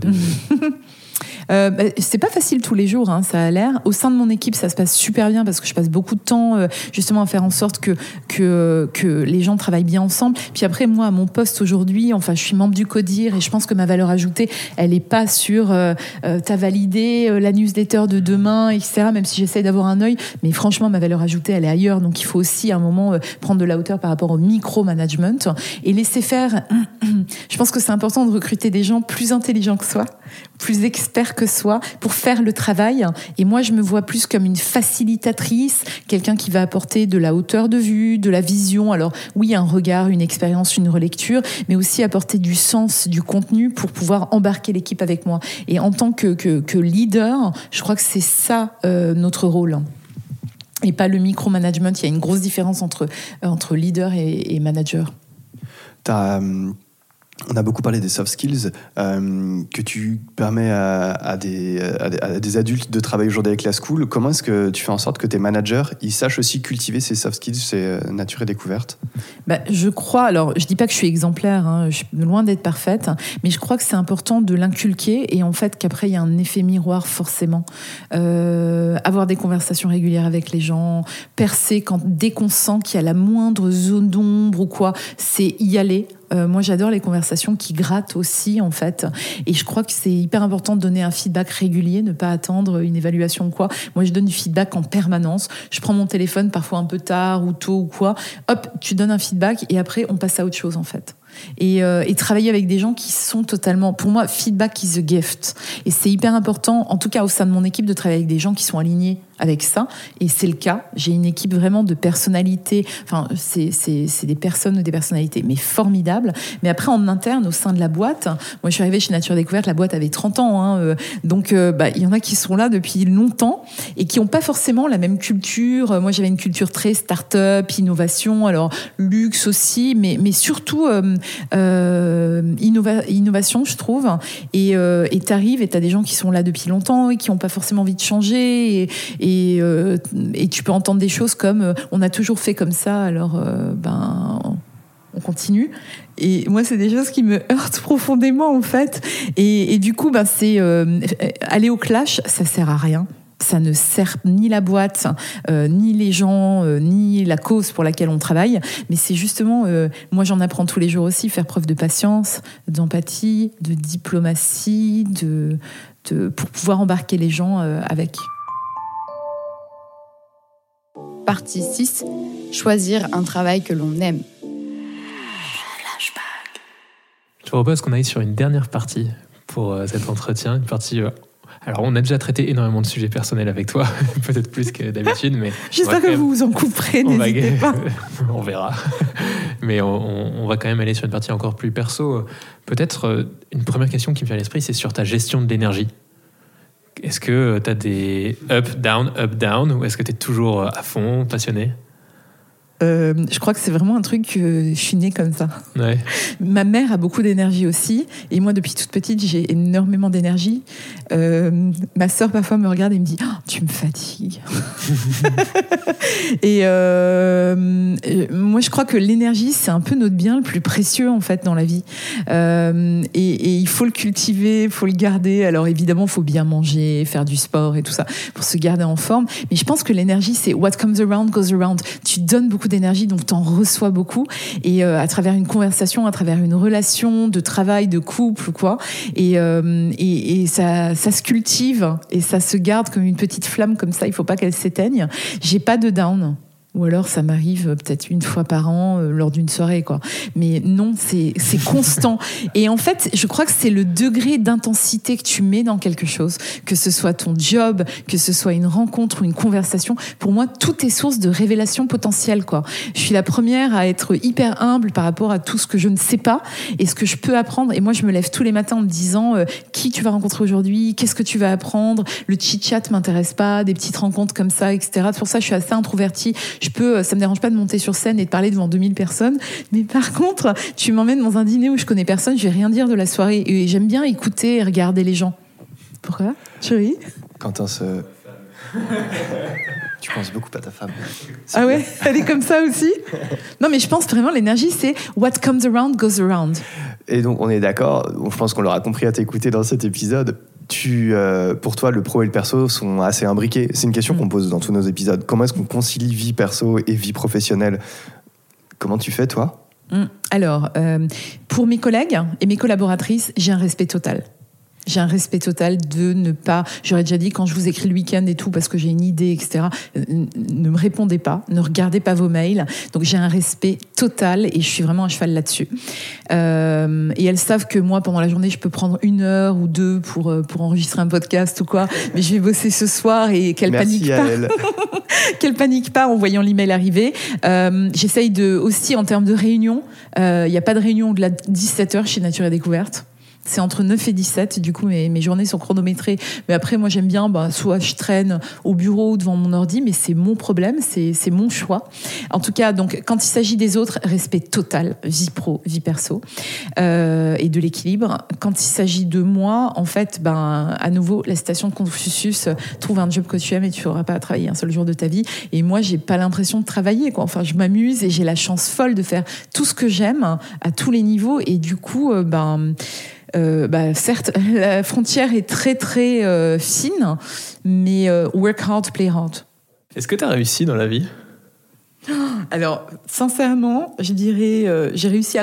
Euh, bah, c'est pas facile tous les jours, hein, ça a l'air. Au sein de mon équipe, ça se passe super bien parce que je passe beaucoup de temps euh, justement à faire en sorte que, que, que les gens travaillent bien ensemble. Puis après, moi, à mon poste aujourd'hui, enfin, je suis membre du CODIR et je pense que ma valeur ajoutée, elle est pas sur euh, euh, t'as validé euh, la newsletter de demain, et cetera. Même si j'essaye d'avoir un œil, mais franchement, ma valeur ajoutée, elle est ailleurs. Donc, il faut aussi à un moment euh, prendre de la hauteur par rapport au micro-management et laisser faire. Je pense que c'est important de recruter des gens plus intelligents que soi, plus experts que soi, pour faire le travail. Et moi, je me vois plus comme une facilitatrice, quelqu'un qui va apporter de la hauteur de vue, de la vision. Alors oui, un regard, une expérience, une relecture, mais aussi apporter du sens, du contenu pour pouvoir embarquer l'équipe avec moi. Et en tant que, que, que leader, je crois que c'est ça euh, notre rôle. Et pas le micromanagement. Il y a une grosse différence entre, entre leader et, et manager. T'as... On a beaucoup parlé des soft skills, euh, que tu permets à, à, des, à, des, à des adultes de travailler aujourd'hui avec la school. Comment est-ce que tu fais en sorte que tes managers ils sachent aussi cultiver ces soft skills, ces nature et découverte ? Bah, je crois, alors je dis pas que je suis exemplaire, hein, je suis loin d'être parfaite, mais je crois que c'est important de l'inculquer et en fait qu'après il y a un effet miroir forcément. Euh, avoir des conversations régulières avec les gens, percer quand, dès qu'on sent qu'il y a la moindre zone d'ombre ou quoi, c'est y aller. Euh, moi, j'adore les conversations qui grattent aussi, en fait. Et je crois que c'est hyper important de donner un feedback régulier, ne pas attendre une évaluation ou quoi. Moi, je donne du feedback en permanence. Je prends mon téléphone parfois un peu tard ou tôt ou quoi. Hop, tu donnes un feedback et après, on passe à autre chose, en fait. Et, euh, et travailler avec des gens qui sont totalement... Pour moi, feedback is a gift. Et c'est hyper important, en tout cas au sein de mon équipe, de travailler avec des gens qui sont alignés avec ça. Et c'est le cas. J'ai une équipe vraiment de personnalités. Enfin, c'est, c'est, c'est des personnes ou des personnalités, mais formidables. Mais après, en interne, au sein de la boîte, moi, je suis arrivée chez Nature Découverte, la boîte avait trente ans. Hein, euh, donc, euh, bah, il y en a qui sont là depuis longtemps et qui n'ont pas forcément la même culture. Moi, j'avais une culture très start-up, innovation, alors luxe aussi, mais, mais surtout... Euh, Euh, innova- innovation, je trouve. Et euh, et t'arrives et t'as des gens qui sont là depuis longtemps et qui n'ont pas forcément envie de changer. Et, et, euh, et tu peux entendre des choses comme euh, on a toujours fait comme ça, alors euh, ben on continue. Et moi, c'est des choses qui me heurtent profondément en fait. Et, et du coup, ben c'est euh, aller au clash, ça sert à rien. Ça ne sert ni la boîte, euh, ni les gens, euh, ni la cause pour laquelle on travaille. Mais c'est justement, euh, moi j'en apprends tous les jours aussi, faire preuve de patience, d'empathie, de diplomatie, de, de, pour pouvoir embarquer les gens euh, avec. Partie six. Choisir un travail que l'on aime. Je vous propose qu'on aille sur une dernière partie pour euh, cet entretien, une partie... Euh... Alors, on a déjà traité énormément de sujets personnels avec toi, peut-être plus que d'habitude, mais... J'espère que même... vous vous en couperez, on n'hésitez va... pas. On verra. Mais on, on va quand même aller sur une partie encore plus perso. Peut-être euh, une première question qui me vient à l'esprit, c'est sur ta gestion de l'énergie. Est-ce que tu as des up, down, up, down, ou est-ce que tu es toujours à fond, passionné ? Euh, je crois que c'est vraiment un truc que je suis née comme ça. Ouais. Ma mère a beaucoup d'énergie aussi, et moi depuis toute petite j'ai énormément d'énergie. Euh, ma sœur parfois me regarde et me dit oh, tu me fatigues. Et euh, moi je crois que l'énergie c'est un peu notre bien le plus précieux en fait dans la vie. Euh, et, et il faut le cultiver, il faut le garder. Alors évidemment il faut bien manger, faire du sport et tout ça pour se garder en forme. Mais je pense que l'énergie c'est what comes around goes around. Tu donnes beaucoup d'énergie, donc t'en reçois beaucoup, et euh, à travers une conversation, à travers une relation de travail, de couple, quoi, et, euh, et, et ça, ça se cultive et ça se garde comme une petite flamme comme ça. Il faut pas qu'elle s'éteigne. J'ai pas de down. Ou alors ça m'arrive peut-être une fois par an euh, lors d'une soirée, quoi. Mais non, c'est, c'est constant. Et en fait, je crois que c'est le degré d'intensité que tu mets dans quelque chose, que ce soit ton job, que ce soit une rencontre ou une conversation. Pour moi, tout est source de révélation potentielle, quoi. Je suis la première à être hyper humble par rapport à tout ce que je ne sais pas et ce que je peux apprendre. Et moi, je me lève tous les matins en me disant euh, qui tu vas rencontrer aujourd'hui, qu'est-ce que tu vas apprendre. Le chit-chat m'intéresse pas, des petites rencontres comme ça, et cetera. C'est pour ça que je suis assez introvertie. Je peux, ça me dérange pas de monter sur scène et de parler devant deux mille personnes, mais par contre, tu m'emmènes dans un dîner où je connais personne, je vais rien dire de la soirée, et j'aime bien écouter et regarder les gens. Pourquoi, chérie ? Quand on se... Tu penses beaucoup à ta femme. C'est ah ouais, bien. Elle est comme ça aussi ? Non, mais je pense vraiment l'énergie, c'est what comes around goes around. Et donc on est d'accord, je pense qu'on l'aura compris à t'écouter dans cet épisode. Tu, euh, pour toi, le pro et le perso sont assez imbriqués. C'est une question mmh. qu'on pose dans tous nos épisodes. Comment est-ce qu'on concilie vie perso et vie professionnelle ? Comment tu fais, toi ? mmh. Alors, euh, pour mes collègues et mes collaboratrices, j'ai un respect total. J'ai un respect total de ne pas... J'aurais déjà dit, quand je vous écris le week-end et tout, parce que j'ai une idée, et cetera, ne me répondez pas, ne regardez pas vos mails. Donc, j'ai un respect total et je suis vraiment à cheval là-dessus. Euh, et elles savent que moi, pendant la journée, je peux prendre une heure ou deux pour, pour enregistrer un podcast ou quoi, mais je vais bosser ce soir et qu'elles paniquent pas. Qu'elles paniquent pas en voyant l'email arriver. Euh, j'essaye de, aussi, en termes de réunion, il euh, n'y a pas de réunion au-delà de dix-sept heures chez Nature et Découverte. C'est entre neuf et dix-sept, du coup mes, mes journées sont chronométrées. Mais après, moi j'aime bien, bah, soit je traîne au bureau ou devant mon ordi, mais c'est mon problème, c'est, c'est mon choix. En tout cas, donc, quand il s'agit des autres, respect total, vie pro, vie perso, euh, et de l'équilibre. Quand il s'agit de moi, en fait, ben, à nouveau, la citation de Confucius, trouve un job que tu aimes et tu n'auras pas à travailler un seul jour de ta vie. Et moi, j'ai pas l'impression de travailler, quoi. Enfin, je m'amuse et j'ai la chance folle de faire tout ce que j'aime à tous les niveaux. Et du coup, euh, ben... Euh, bah, certes, la frontière est très très euh, fine, mais euh, work hard, play hard. Est-ce que tu as réussi dans la vie ? Alors, sincèrement, je dirais, euh, j'ai réussi à quoi ?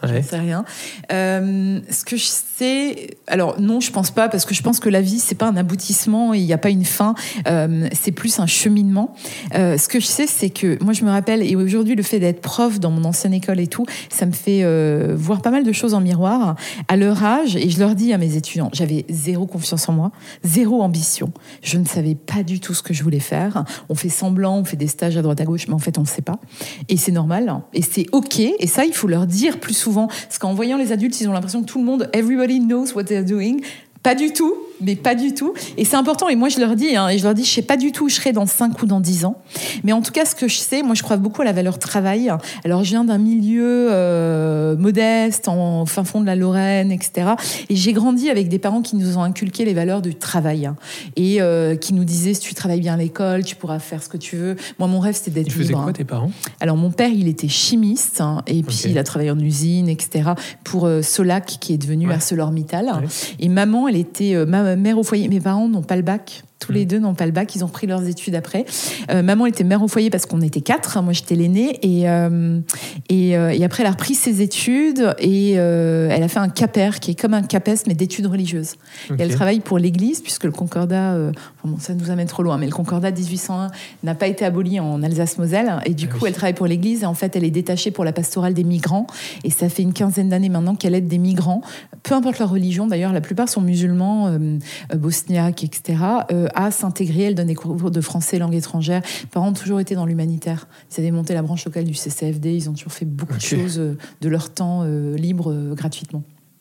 Ouais. J'en sais rien. Euh, ce que je sais, alors non, je pense pas, parce que je pense que la vie c'est pas un aboutissement et il n'y a pas une fin. Euh, c'est plus un cheminement. Euh, ce que je sais, c'est que moi je me rappelle, et aujourd'hui le fait d'être prof dans mon ancienne école et tout, ça me fait euh, voir pas mal de choses en miroir. À leur âge, et je leur dis à mes étudiants, j'avais zéro confiance en moi, zéro ambition. Je ne savais pas du tout ce que je voulais faire. On fait semblant, on fait des stages à droite à gauche, mais en fait on ne sait pas. Et c'est normal, et c'est ok. Et ça, il faut leur dire plus souvent, parce qu'en voyant les adultes, ils ont l'impression que tout le monde, everybody knows what they're doing. Pas du tout, mais pas du tout. Et c'est important, et moi je leur dis, hein, et je leur dis, je sais pas du tout où je serai dans cinq ou dans dix ans. Mais en tout cas, ce que je sais, moi je crois beaucoup à la valeur travail. Alors je viens d'un milieu euh, modeste, en fin fond de la Lorraine, et cetera. Et j'ai grandi avec des parents qui nous ont inculqué les valeurs du travail. Hein, et euh, qui nous disaient, si tu travailles bien à l'école, tu pourras faire ce que tu veux. Moi, mon rêve, c'était d'être libre. Tu faisais quoi, tes parents ? Alors mon père, il était chimiste, hein, et puis okay. il a travaillé en usine, et cetera. Pour euh, Solac, qui est devenu ouais. ArcelorMittal. Ouais. Et maman, elle était euh, ma mère au foyer. Mes parents n'ont pas le bac. Tous les deux n'ont pas le bac, ils ont repris leurs études après. Euh, maman était mère au foyer parce qu'on était quatre, moi j'étais l'aînée, et, euh, et, euh, et après elle a repris ses études et euh, elle a fait un CAPER qui est comme un CAPES mais d'études religieuses. Okay. Et elle travaille pour l'Église puisque le Concordat, euh, bon, ça nous amène trop loin, mais le Concordat dix-huit cent un n'a pas été aboli en Alsace-Moselle et du ah coup oui. elle travaille pour l'Église et en fait elle est détachée pour la pastorale des migrants et ça fait une quinzaine d'années maintenant qu'elle aide des migrants, peu importe leur religion d'ailleurs, la plupart sont musulmans, euh, bosniaques, et cetera. Euh, à s'intégrer, elle donne des cours de français, langue étrangère. Mes parents ont toujours été dans l'humanitaire. Ils avaient monté la branche locale du C C F D, ils ont toujours fait beaucoup okay. de choses de leur temps euh, libre euh, gratuitement.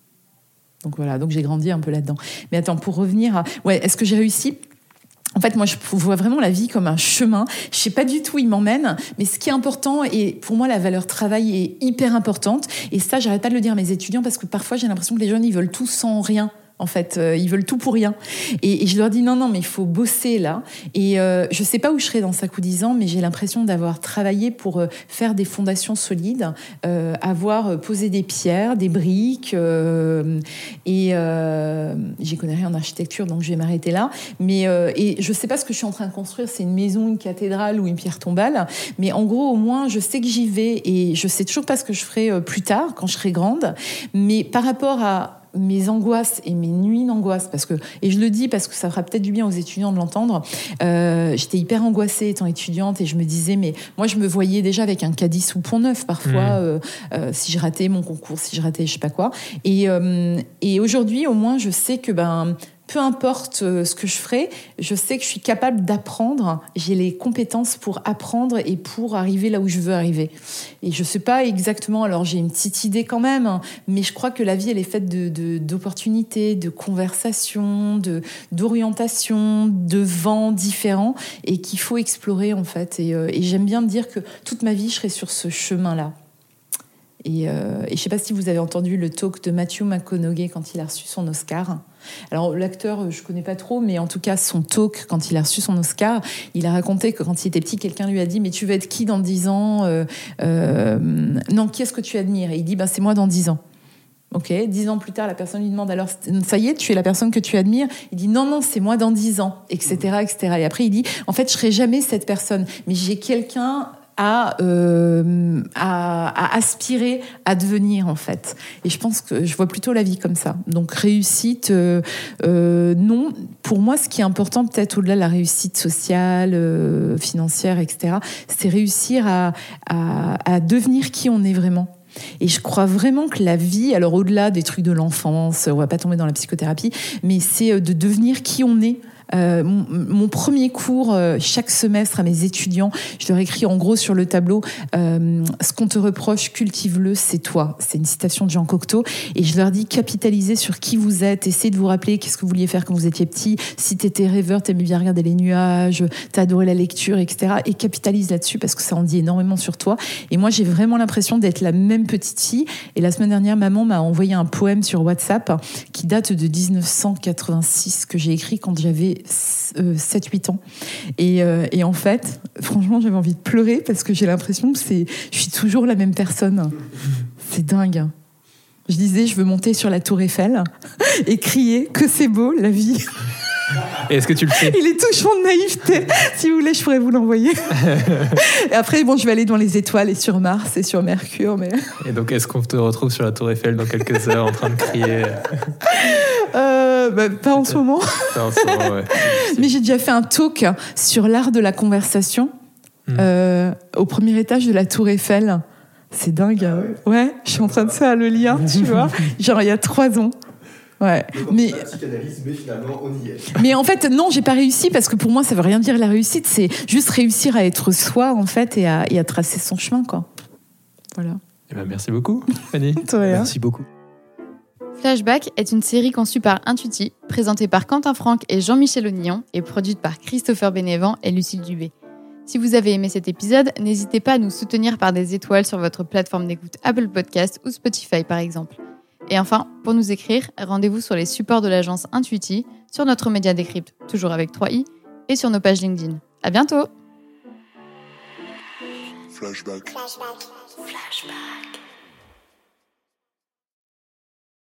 Donc voilà, donc j'ai grandi un peu là-dedans. Mais attends, pour revenir à... Ouais, est-ce que j'ai réussi ? En fait, moi, je vois vraiment la vie comme un chemin. Je sais pas du tout où il m'emmène, mais ce qui est important, et pour moi, la valeur travail est hyper importante. Et ça, j'arrête pas de le dire à mes étudiants, parce que parfois, j'ai l'impression que les jeunes, ils veulent tout sans rien. En fait, euh, ils veulent tout pour rien. Et, et je leur dis non, non, mais il faut bosser là. Et euh, je sais pas où je serai dans cinq ou dix ans, mais j'ai l'impression d'avoir travaillé pour euh, faire des fondations solides, euh, avoir posé des pierres, des briques. Euh, et euh, j'y connais rien en architecture, donc je vais m'arrêter là. Mais euh, et je sais pas ce que je suis en train de construire. C'est une maison, une cathédrale ou une pierre tombale. Mais en gros, au moins, je sais que j'y vais et je sais toujours pas ce que je ferai euh, plus tard, quand je serai grande. Mais par rapport à mes angoisses et mes nuits d'angoisse, parce que, et je le dis parce que ça fera peut-être du bien aux étudiants de l'entendre, euh, j'étais hyper angoissée étant étudiante et je me disais, mais moi je me voyais déjà avec un caddie sous Pont-Neuf parfois, mmh. euh, euh, si je ratais mon concours, si je ratais je sais pas quoi. Et, euh, et aujourd'hui, au moins, je sais que ben, peu importe ce que je ferai, je sais que je suis capable d'apprendre, j'ai les compétences pour apprendre et pour arriver là où je veux arriver. Et je sais pas exactement, alors j'ai une petite idée quand même, mais je crois que la vie elle est faite de, de, d'opportunités, de conversations, de, d'orientations, de vents différents et qu'il faut explorer en fait. Et, euh, et j'aime bien me dire que toute ma vie je serai sur ce chemin-là. Et, euh, et je sais pas si vous avez entendu le talk de Matthew McConaughey quand il a reçu son Oscar. Alors l'acteur, je connais pas trop, mais en tout cas son talk quand il a reçu son Oscar, il a raconté que quand il était petit, quelqu'un lui a dit « Mais tu veux être qui dans dix ans euh, euh, Non, qui est-ce que tu admires ?» Et il dit bah, « C'est moi dans dix ans. » Ok, dix ans plus tard, la personne lui demande « Alors, ça y est, tu es la personne que tu admires ?» Il dit « Non, non, c'est moi dans dix ans, et cetera, et cetera. » Et après, il dit « En fait, je serai jamais cette personne, mais j'ai quelqu'un... » À, euh, à, à aspirer à devenir en fait. Et je pense que je vois plutôt la vie comme ça. Donc réussite, euh, euh, non. Pour moi, ce qui est important, peut-être au-delà de la réussite sociale, euh, financière, et cetera, c'est réussir à, à, à devenir qui on est vraiment. Et je crois vraiment que la vie, alors au-delà des trucs de l'enfance, on va pas tomber dans la psychothérapie, mais c'est de devenir qui on est. Euh, mon, mon premier cours euh, chaque semestre à mes étudiants, je leur écris en gros sur le tableau euh, ce qu'on te reproche, cultive-le, c'est toi. C'est une citation de Jean Cocteau et je leur dis capitalisez sur qui vous êtes, essayez de vous rappeler qu'est-ce que vous vouliez faire quand vous étiez petit, si t'étais rêveur, t'aimais bien regarder les nuages, t'as adoré la lecture, et cetera. Et capitalise là-dessus parce que ça en dit énormément sur toi. Et moi j'ai vraiment l'impression d'être la même petite fille. Et la semaine dernière, maman m'a envoyé un poème sur WhatsApp qui date de dix-neuf cent quatre-vingt-six que j'ai écrit quand j'avais sept huit ans. Et, euh, et en fait, franchement, j'avais envie de pleurer parce que j'ai l'impression que c'est, je suis toujours la même personne. C'est dingue. Je disais, je veux monter sur la Tour Eiffel et crier que c'est beau, la vie. Et est-ce que tu le fais? Il est touchant de naïveté. Si vous voulez, je pourrais vous l'envoyer. Et après, bon, je vais aller dans les étoiles et sur Mars et sur Mercure. Mais... Et donc, est-ce qu'on te retrouve sur la Tour Eiffel dans quelques heures en train de crier? euh, bah, Pas en ce moment. Pas en ce moment, ouais. Mais j'ai déjà fait un talk sur l'art de la conversation mmh. euh, au premier étage de la Tour Eiffel. C'est dingue. Hein. Ouais, je suis en train de faire le lien, tu vois. Genre, il y a trois ans. Ouais. Donc, mais, la psychanalyse, mais finalement, on y est. Mais en fait, non, j'ai pas réussi parce que pour moi, ça veut rien dire la réussite. C'est juste réussir à être soi, en fait, et à, et à tracer son chemin, quoi. Voilà. Eh ben, merci beaucoup, Fanny. Merci beaucoup. Flashback est une série conçue par Intuiti, présentée par Quentin Franck et Jean-Michel Onillon et produite par Christopher Bénévent et Lucille Dubé. Si vous avez aimé cet épisode, n'hésitez pas à nous soutenir par des étoiles sur votre plateforme d'écoute Apple Podcast ou Spotify par exemple. Et enfin, pour nous écrire, rendez-vous sur les supports de l'agence Intuiti, sur notre média Décrypte, toujours avec trois i, et sur nos pages LinkedIn. À bientôt! Flashback. Flashback. Flashback.